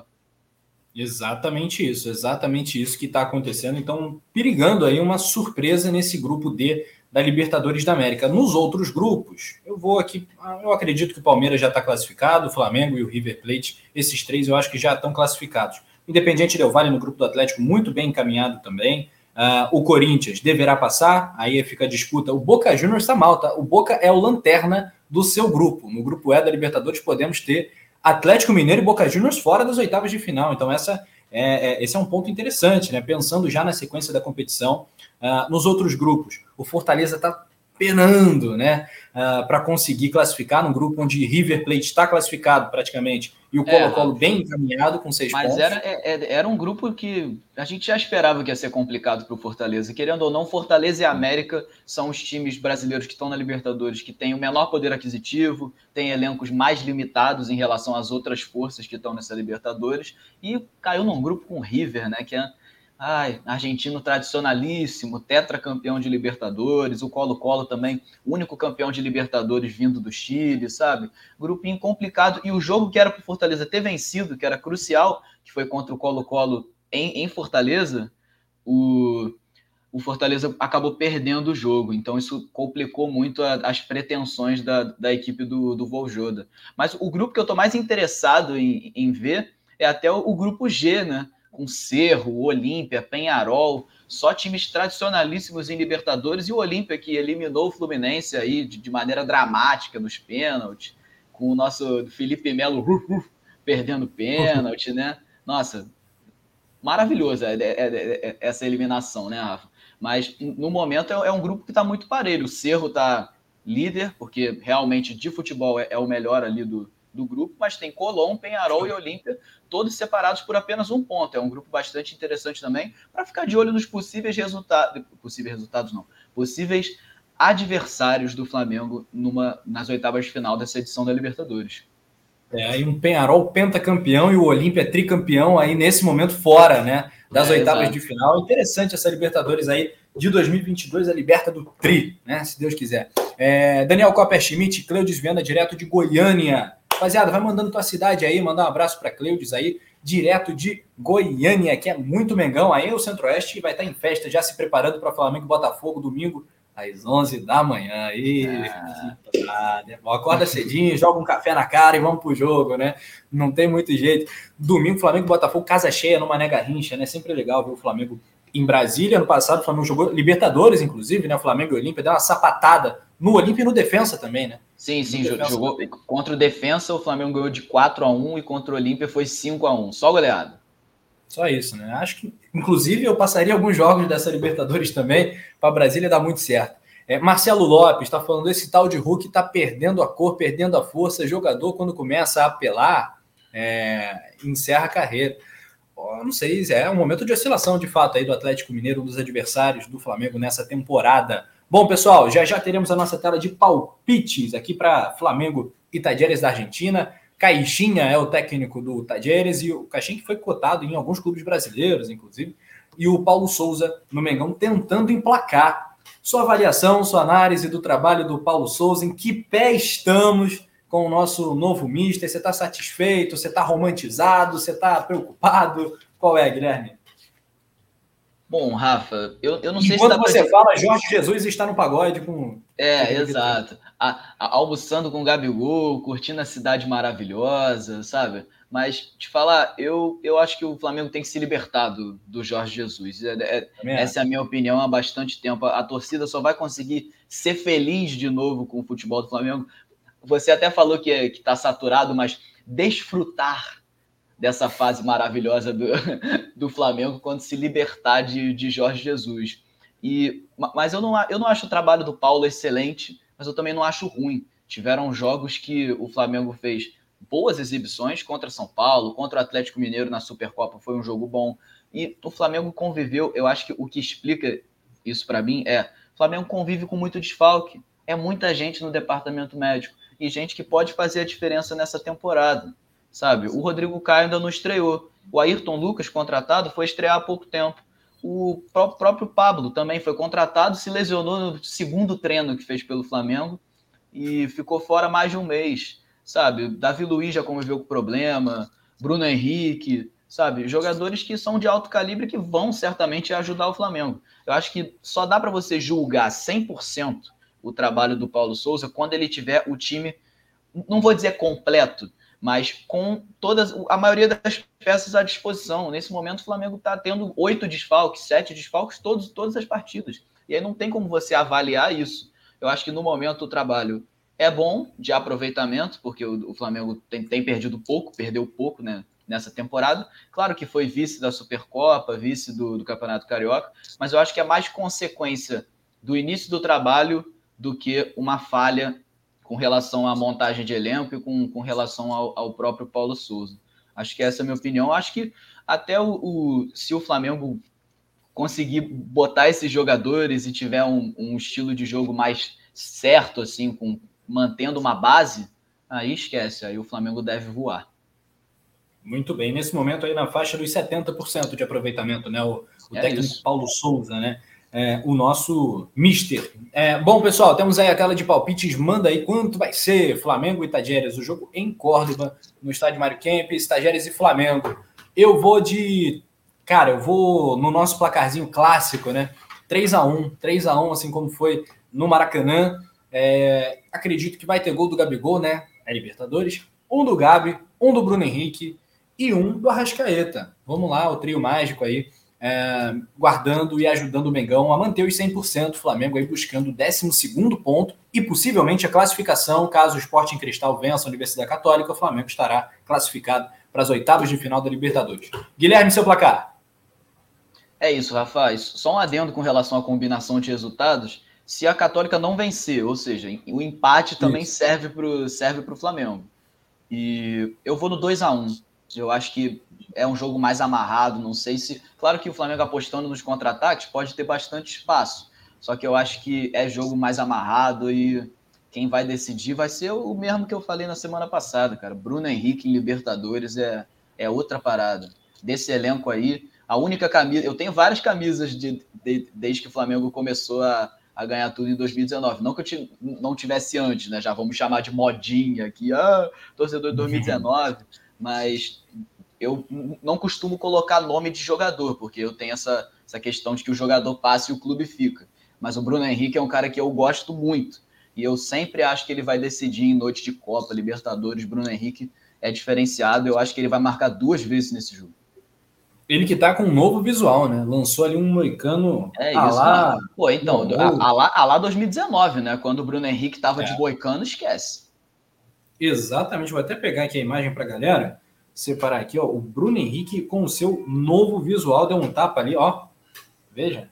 Exatamente isso, exatamente isso que está acontecendo. Então, perigando aí uma surpresa nesse grupo D da Libertadores da América. Nos outros grupos, eu vou aqui, eu acredito que o Palmeiras já está classificado, o Flamengo e o River Plate, esses três eu acho que já estão classificados. Independiente Del Valle no grupo do Atlético, muito bem encaminhado também. Uh, o Corinthians deverá passar, aí fica a disputa. O Boca Juniors está mal, tá? O Boca é o lanterna do seu grupo. No grupo E da Libertadores podemos ter Atlético Mineiro e Boca Juniors fora das oitavas de final. Então essa é, é, esse é um ponto interessante, né? Pensando já na sequência da competição. Uh, nos outros grupos, o Fortaleza está penando, né, uh, para conseguir classificar num grupo onde River Plate está classificado praticamente e o Colo-Colo é, bem encaminhado com seis mas pontos. Mas era, era um grupo que a gente já esperava que ia ser complicado para o Fortaleza. Querendo ou não, Fortaleza e América são os times brasileiros que estão na Libertadores, que têm o menor poder aquisitivo, têm elencos mais limitados em relação às outras forças que estão nessa Libertadores, e caiu num grupo com o River, né, que é Ai, argentino tradicionalíssimo, tetracampeão de Libertadores, o Colo-Colo também, único campeão de Libertadores vindo do Chile, sabe? Grupinho complicado, e o jogo que era para o Fortaleza ter vencido, que era crucial, que foi contra o Colo-Colo em, em Fortaleza, o, o Fortaleza acabou perdendo o jogo, então isso complicou muito a, as pretensões da, da equipe do, do Vojvoda. Mas o grupo que eu estou mais interessado em, em ver é até o, o grupo G, né? Com Cerro, Olímpia, Penharol, só times tradicionalíssimos em Libertadores, e o Olímpia que eliminou o Fluminense aí de, de maneira dramática nos pênaltis, com o nosso Felipe Melo uh, uh, perdendo pênalti, né? Nossa, maravilhoso é, é, é, é, essa eliminação, né, Rafa? Mas no momento é, é um grupo que está muito parelho. O Cerro está líder, porque realmente de futebol é, é o melhor ali do, do grupo, mas tem Colón, Penharol e Olímpia, todos separados por apenas um ponto. É um grupo bastante interessante também para ficar de olho nos possíveis resultados, possíveis resultados não, possíveis adversários do Flamengo numa, nas oitavas de final dessa edição da Libertadores. É, aí um Penharol pentacampeão e o Olímpia tricampeão aí nesse momento fora, né, das é, oitavas exato. de final. Interessante essa Libertadores aí de dois mil e vinte e dois, a Liberta do Tri, né, se Deus quiser. É, Daniel Copper-Schmidt, Cleudes Viana, direto de Goiânia. Rapaziada, vai mandando tua cidade aí, mandar um abraço para Cleudes aí, direto de Goiânia, que é muito Mengão. Aí o Centro-Oeste vai estar em festa, já se preparando para Flamengo e Botafogo, domingo, às onze da manhã. Aí, ah. acorda cedinho, joga um café na cara e vamos pro jogo, né? Não tem muito jeito. Domingo, Flamengo e Botafogo, casa cheia no Mané Garrincha, né? Sempre legal ver o Flamengo em Brasília. Ano passado, o Flamengo jogou Libertadores, inclusive, né? O Flamengo e o Olímpia deu uma sapatada no Olímpia e no Defensa também, né? Sim, sim, jogou também. Contra o Defensa, o Flamengo ganhou de quatro a um e contra o Olímpia foi cinco a um, só goleada. Só isso, né? Acho que, inclusive, eu passaria alguns jogos dessa Libertadores também para Brasília dar muito certo. É, Marcelo Lopes está falando, esse tal de Hulk está perdendo a cor, perdendo a força, jogador quando começa a apelar, é, encerra a carreira. Eu não sei, é um momento de oscilação, de fato, aí do Atlético Mineiro, um dos adversários do Flamengo nessa temporada. Bom, pessoal, já já teremos a nossa tela de palpites aqui para Flamengo e Talleres da Argentina. Caixinha é o técnico do Talleres e o Caixinha que foi cotado em alguns clubes brasileiros, inclusive, e o Paulo Souza no Mengão tentando emplacar. Sua avaliação, sua análise do trabalho do Paulo Souza, em que pé estamos com o nosso novo mister? Você está satisfeito? Você está romantizado? Você está preocupado? Qual é, Guilherme? Bom, Rafa, eu, eu não Enquanto sei se... Enquanto você pra... fala, Jorge Jesus está no pagode com... É, exato. A, a, almoçando com o Gabigol, curtindo a cidade maravilhosa, sabe? Mas, te falar, eu, eu acho que o Flamengo tem que se libertar do, do Jorge Jesus. É, é, essa é a minha opinião há bastante tempo. A, a torcida só vai conseguir ser feliz de novo com o futebol do Flamengo. Você até falou que é, está saturado, mas desfrutar dessa fase maravilhosa do, do Flamengo quando se libertar de, de Jorge Jesus. E, mas eu não, eu não acho o trabalho do Paulo excelente, mas eu também não acho ruim. Tiveram jogos que o Flamengo fez boas exibições contra São Paulo, contra o Atlético Mineiro na Supercopa, foi um jogo bom. E o Flamengo conviveu, eu acho que o que explica isso para mim é, o Flamengo convive com muito desfalque. É muita gente no departamento médico e gente que pode fazer a diferença nessa temporada. Sabe? O Rodrigo Caio ainda não estreou. O Ayrton Lucas, contratado, foi estrear há pouco tempo. O próprio Pablo também foi contratado, se lesionou no segundo treino que fez pelo Flamengo e ficou fora mais de um mês. Sabe? Davi Luiz já conviveu com problema, Bruno Henrique, sabe? Jogadores que são de alto calibre que vão certamente ajudar o Flamengo. Eu acho que só dá para você julgar cem por cento o trabalho do Paulo Souza quando ele tiver o time, não vou dizer completo, mas com todas, a maioria das peças à disposição. Nesse momento, o Flamengo está tendo oito desfalques, sete desfalques, todos, todas as partidas. E aí não tem como você avaliar isso. Eu acho que no momento o trabalho é bom de aproveitamento, porque o, o Flamengo tem, tem perdido pouco, perdeu pouco, né, nessa temporada. Claro que foi vice da Supercopa, vice do, do Campeonato Carioca, mas eu acho que é mais consequência do início do trabalho do que uma falha com relação à montagem de elenco e com, com relação ao, ao próprio Paulo Souza. Acho que essa é a minha opinião. Acho que até o, o se o Flamengo conseguir botar esses jogadores e tiver um, um estilo de jogo mais certo, assim, com, mantendo uma base, aí esquece, aí o Flamengo deve voar. Muito bem, nesse momento aí na faixa dos setenta por cento de aproveitamento, né? O, o é técnico isso. Paulo Souza, né? É, o nosso mister. É, bom, pessoal, temos aí a tela de palpites. Manda aí quanto vai ser Flamengo e Tajeres, o jogo em Córdoba, no estádio Mário Kempes, Tajeres e Flamengo. Eu vou de... Cara, eu vou no nosso placarzinho clássico, né? três a um, três a um, assim como foi no Maracanã. É, acredito que vai ter gol do Gabigol, né? É Libertadores. Um do Gabi, um do Bruno Henrique e um do Arrascaeta. Vamos lá, o trio mágico aí, é, guardando e ajudando o Mengão a manter os cem por cento. O Flamengo aí buscando o décimo segundo ponto e possivelmente a classificação. Caso o Sporting Cristal vença a Universidade Católica, o Flamengo estará classificado para as oitavas de final da Libertadores. Guilherme, seu placar. É isso, Rafa. Só um adendo com relação à combinação de resultados. Se a Católica não vencer, ou seja, o empate também isso. serve para o serve pro Flamengo. E eu vou no dois a um. Eu acho que é um jogo mais amarrado, não sei se... Claro que o Flamengo apostando nos contra-ataques pode ter bastante espaço, só que eu acho que é jogo mais amarrado e quem vai decidir vai ser o mesmo que eu falei na semana passada, cara. Bruno Henrique em Libertadores é, é outra parada. Desse elenco aí, a única camisa... Eu tenho várias camisas de, de, desde que o Flamengo começou a, a ganhar tudo em dois mil e dezenove. Não que eu t, não tivesse antes, né? Já vamos chamar de modinha aqui, ah, torcedor de dois mil e dezenove... Mas eu não costumo colocar nome de jogador, porque eu tenho essa, essa questão de que o jogador passa e o clube fica. Mas o Bruno Henrique é um cara que eu gosto muito. E eu sempre acho que ele vai decidir em noite de Copa, Libertadores. Bruno Henrique é diferenciado. Eu acho que ele vai marcar duas vezes nesse jogo. Ele que tá com um novo visual, né? Lançou ali um moicano é isso, lá... Pô, então, a, a, lá, a lá dois mil e dezenove, né? Quando o Bruno Henrique tava é. de moicano, esquece. Exatamente, vou até pegar aqui a imagem para a galera, separar aqui, ó, o Bruno Henrique com o seu novo visual, deu um tapa ali, ó, veja,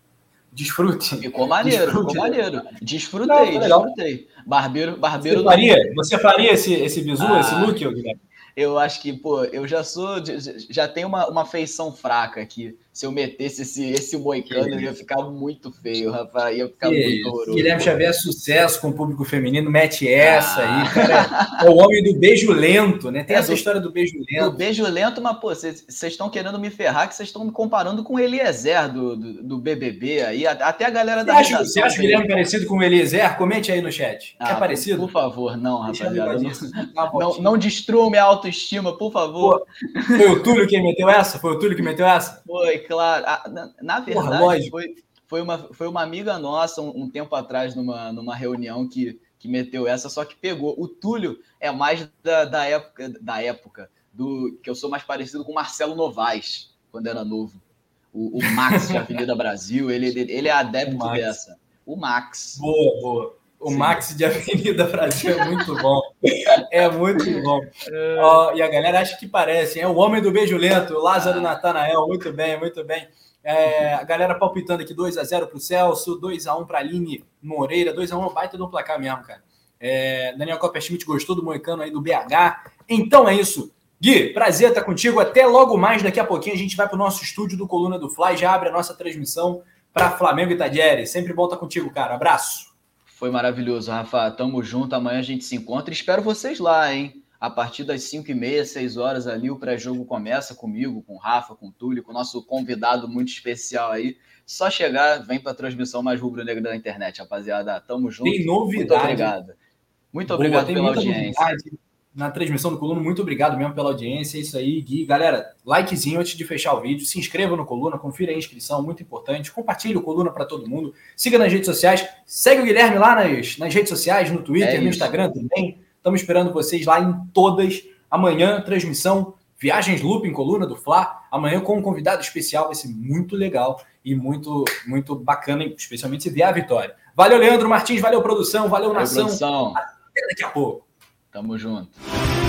desfrute. Ficou maneiro, desfrute. ficou maneiro, desfrutei, Não, desfrutei. Barbeiro, barbeiro... Você faria, você faria esse, esse bizu, ah, esse look, Guilherme? Eu acho que, pô, eu já sou, já tenho uma, uma feição fraca aqui. Se eu metesse esse, esse moicano, eu ia ficar muito feio, rapaz. Ia ficar que muito horroroso. Guilherme Xavier é sucesso com o público feminino, mete essa ah. aí, cara. É o homem do beijo lento, né? Tem é essa do, história do beijo lento. Do beijo lento, mas, pô, vocês estão querendo me ferrar, que vocês estão me comparando com o Eliezer do, do, do B B B aí. Até a galera da. Você acha, você acha o Guilherme parecido com o Eliezer? Comente aí no chat. Ah, é parecido? Por favor, não, rapaziada. Não, não, não destrua minha autoestima, por favor. Pô, foi o Túlio quem meteu essa? Foi o Túlio que meteu essa? Foi, claro. Na, na verdade, Porra, foi, foi, uma, foi uma amiga nossa um, um tempo atrás, numa, numa reunião, que, que meteu essa, só que pegou. O Túlio é mais da, da época, da época do, que eu sou mais parecido com o Marcelo Novaes, quando era novo. O, o Max de Avenida Brasil, ele, ele, ele é adepto o dessa. O Max. Boa, boa. O Sim. Max de Avenida Brasil é muito bom. É muito bom. É... Oh, e a galera acha que parece. É o homem do beijo lento, o Lázaro ah. Natanael. Muito bem, muito bem. É, a galera palpitando aqui dois a zero para o Celso, dois a um para a Aline Moreira. dois a um é um baita no placar mesmo, cara. É, Daniel Copperschmidt gostou do moicano aí do B H. Então é isso. Gui, prazer estar contigo. Até logo mais. Daqui a pouquinho a gente vai para o nosso estúdio do Coluna do Fly. Já abre a nossa transmissão para Flamengo e Tajeres. Sempre bom estar contigo, cara. Abraço. Foi maravilhoso, Rafa. Tamo junto. Amanhã a gente se encontra. Espero vocês lá, hein? A partir das cinco e meia, seis horas ali, o pré-jogo começa comigo, com o Rafa, com o Túlio, com o nosso convidado muito especial aí. Só chegar, vem para a transmissão mais rubro-negra da internet, rapaziada. Tamo junto. Tem novidade. Muito obrigado. Muito obrigado Boa, pela audiência. Novidade. Na transmissão do Coluna, muito obrigado mesmo pela audiência. É isso aí, Gui. Galera, likezinho antes de fechar o vídeo. Se inscreva no Coluna, confira a inscrição, muito importante. Compartilhe o Coluna para todo mundo. Siga nas redes sociais. Segue o Guilherme lá nas, nas redes sociais, no Twitter, é no Instagram também. Estamos esperando vocês lá em todas. Amanhã, transmissão Viagens Looping, Coluna do Fla. Amanhã com um convidado especial. Vai ser muito legal e muito, muito bacana, especialmente se vier a vitória. Valeu, Leandro Martins. Valeu, produção. Valeu, valeu nação. Produção. Até daqui a pouco. Tamo junto.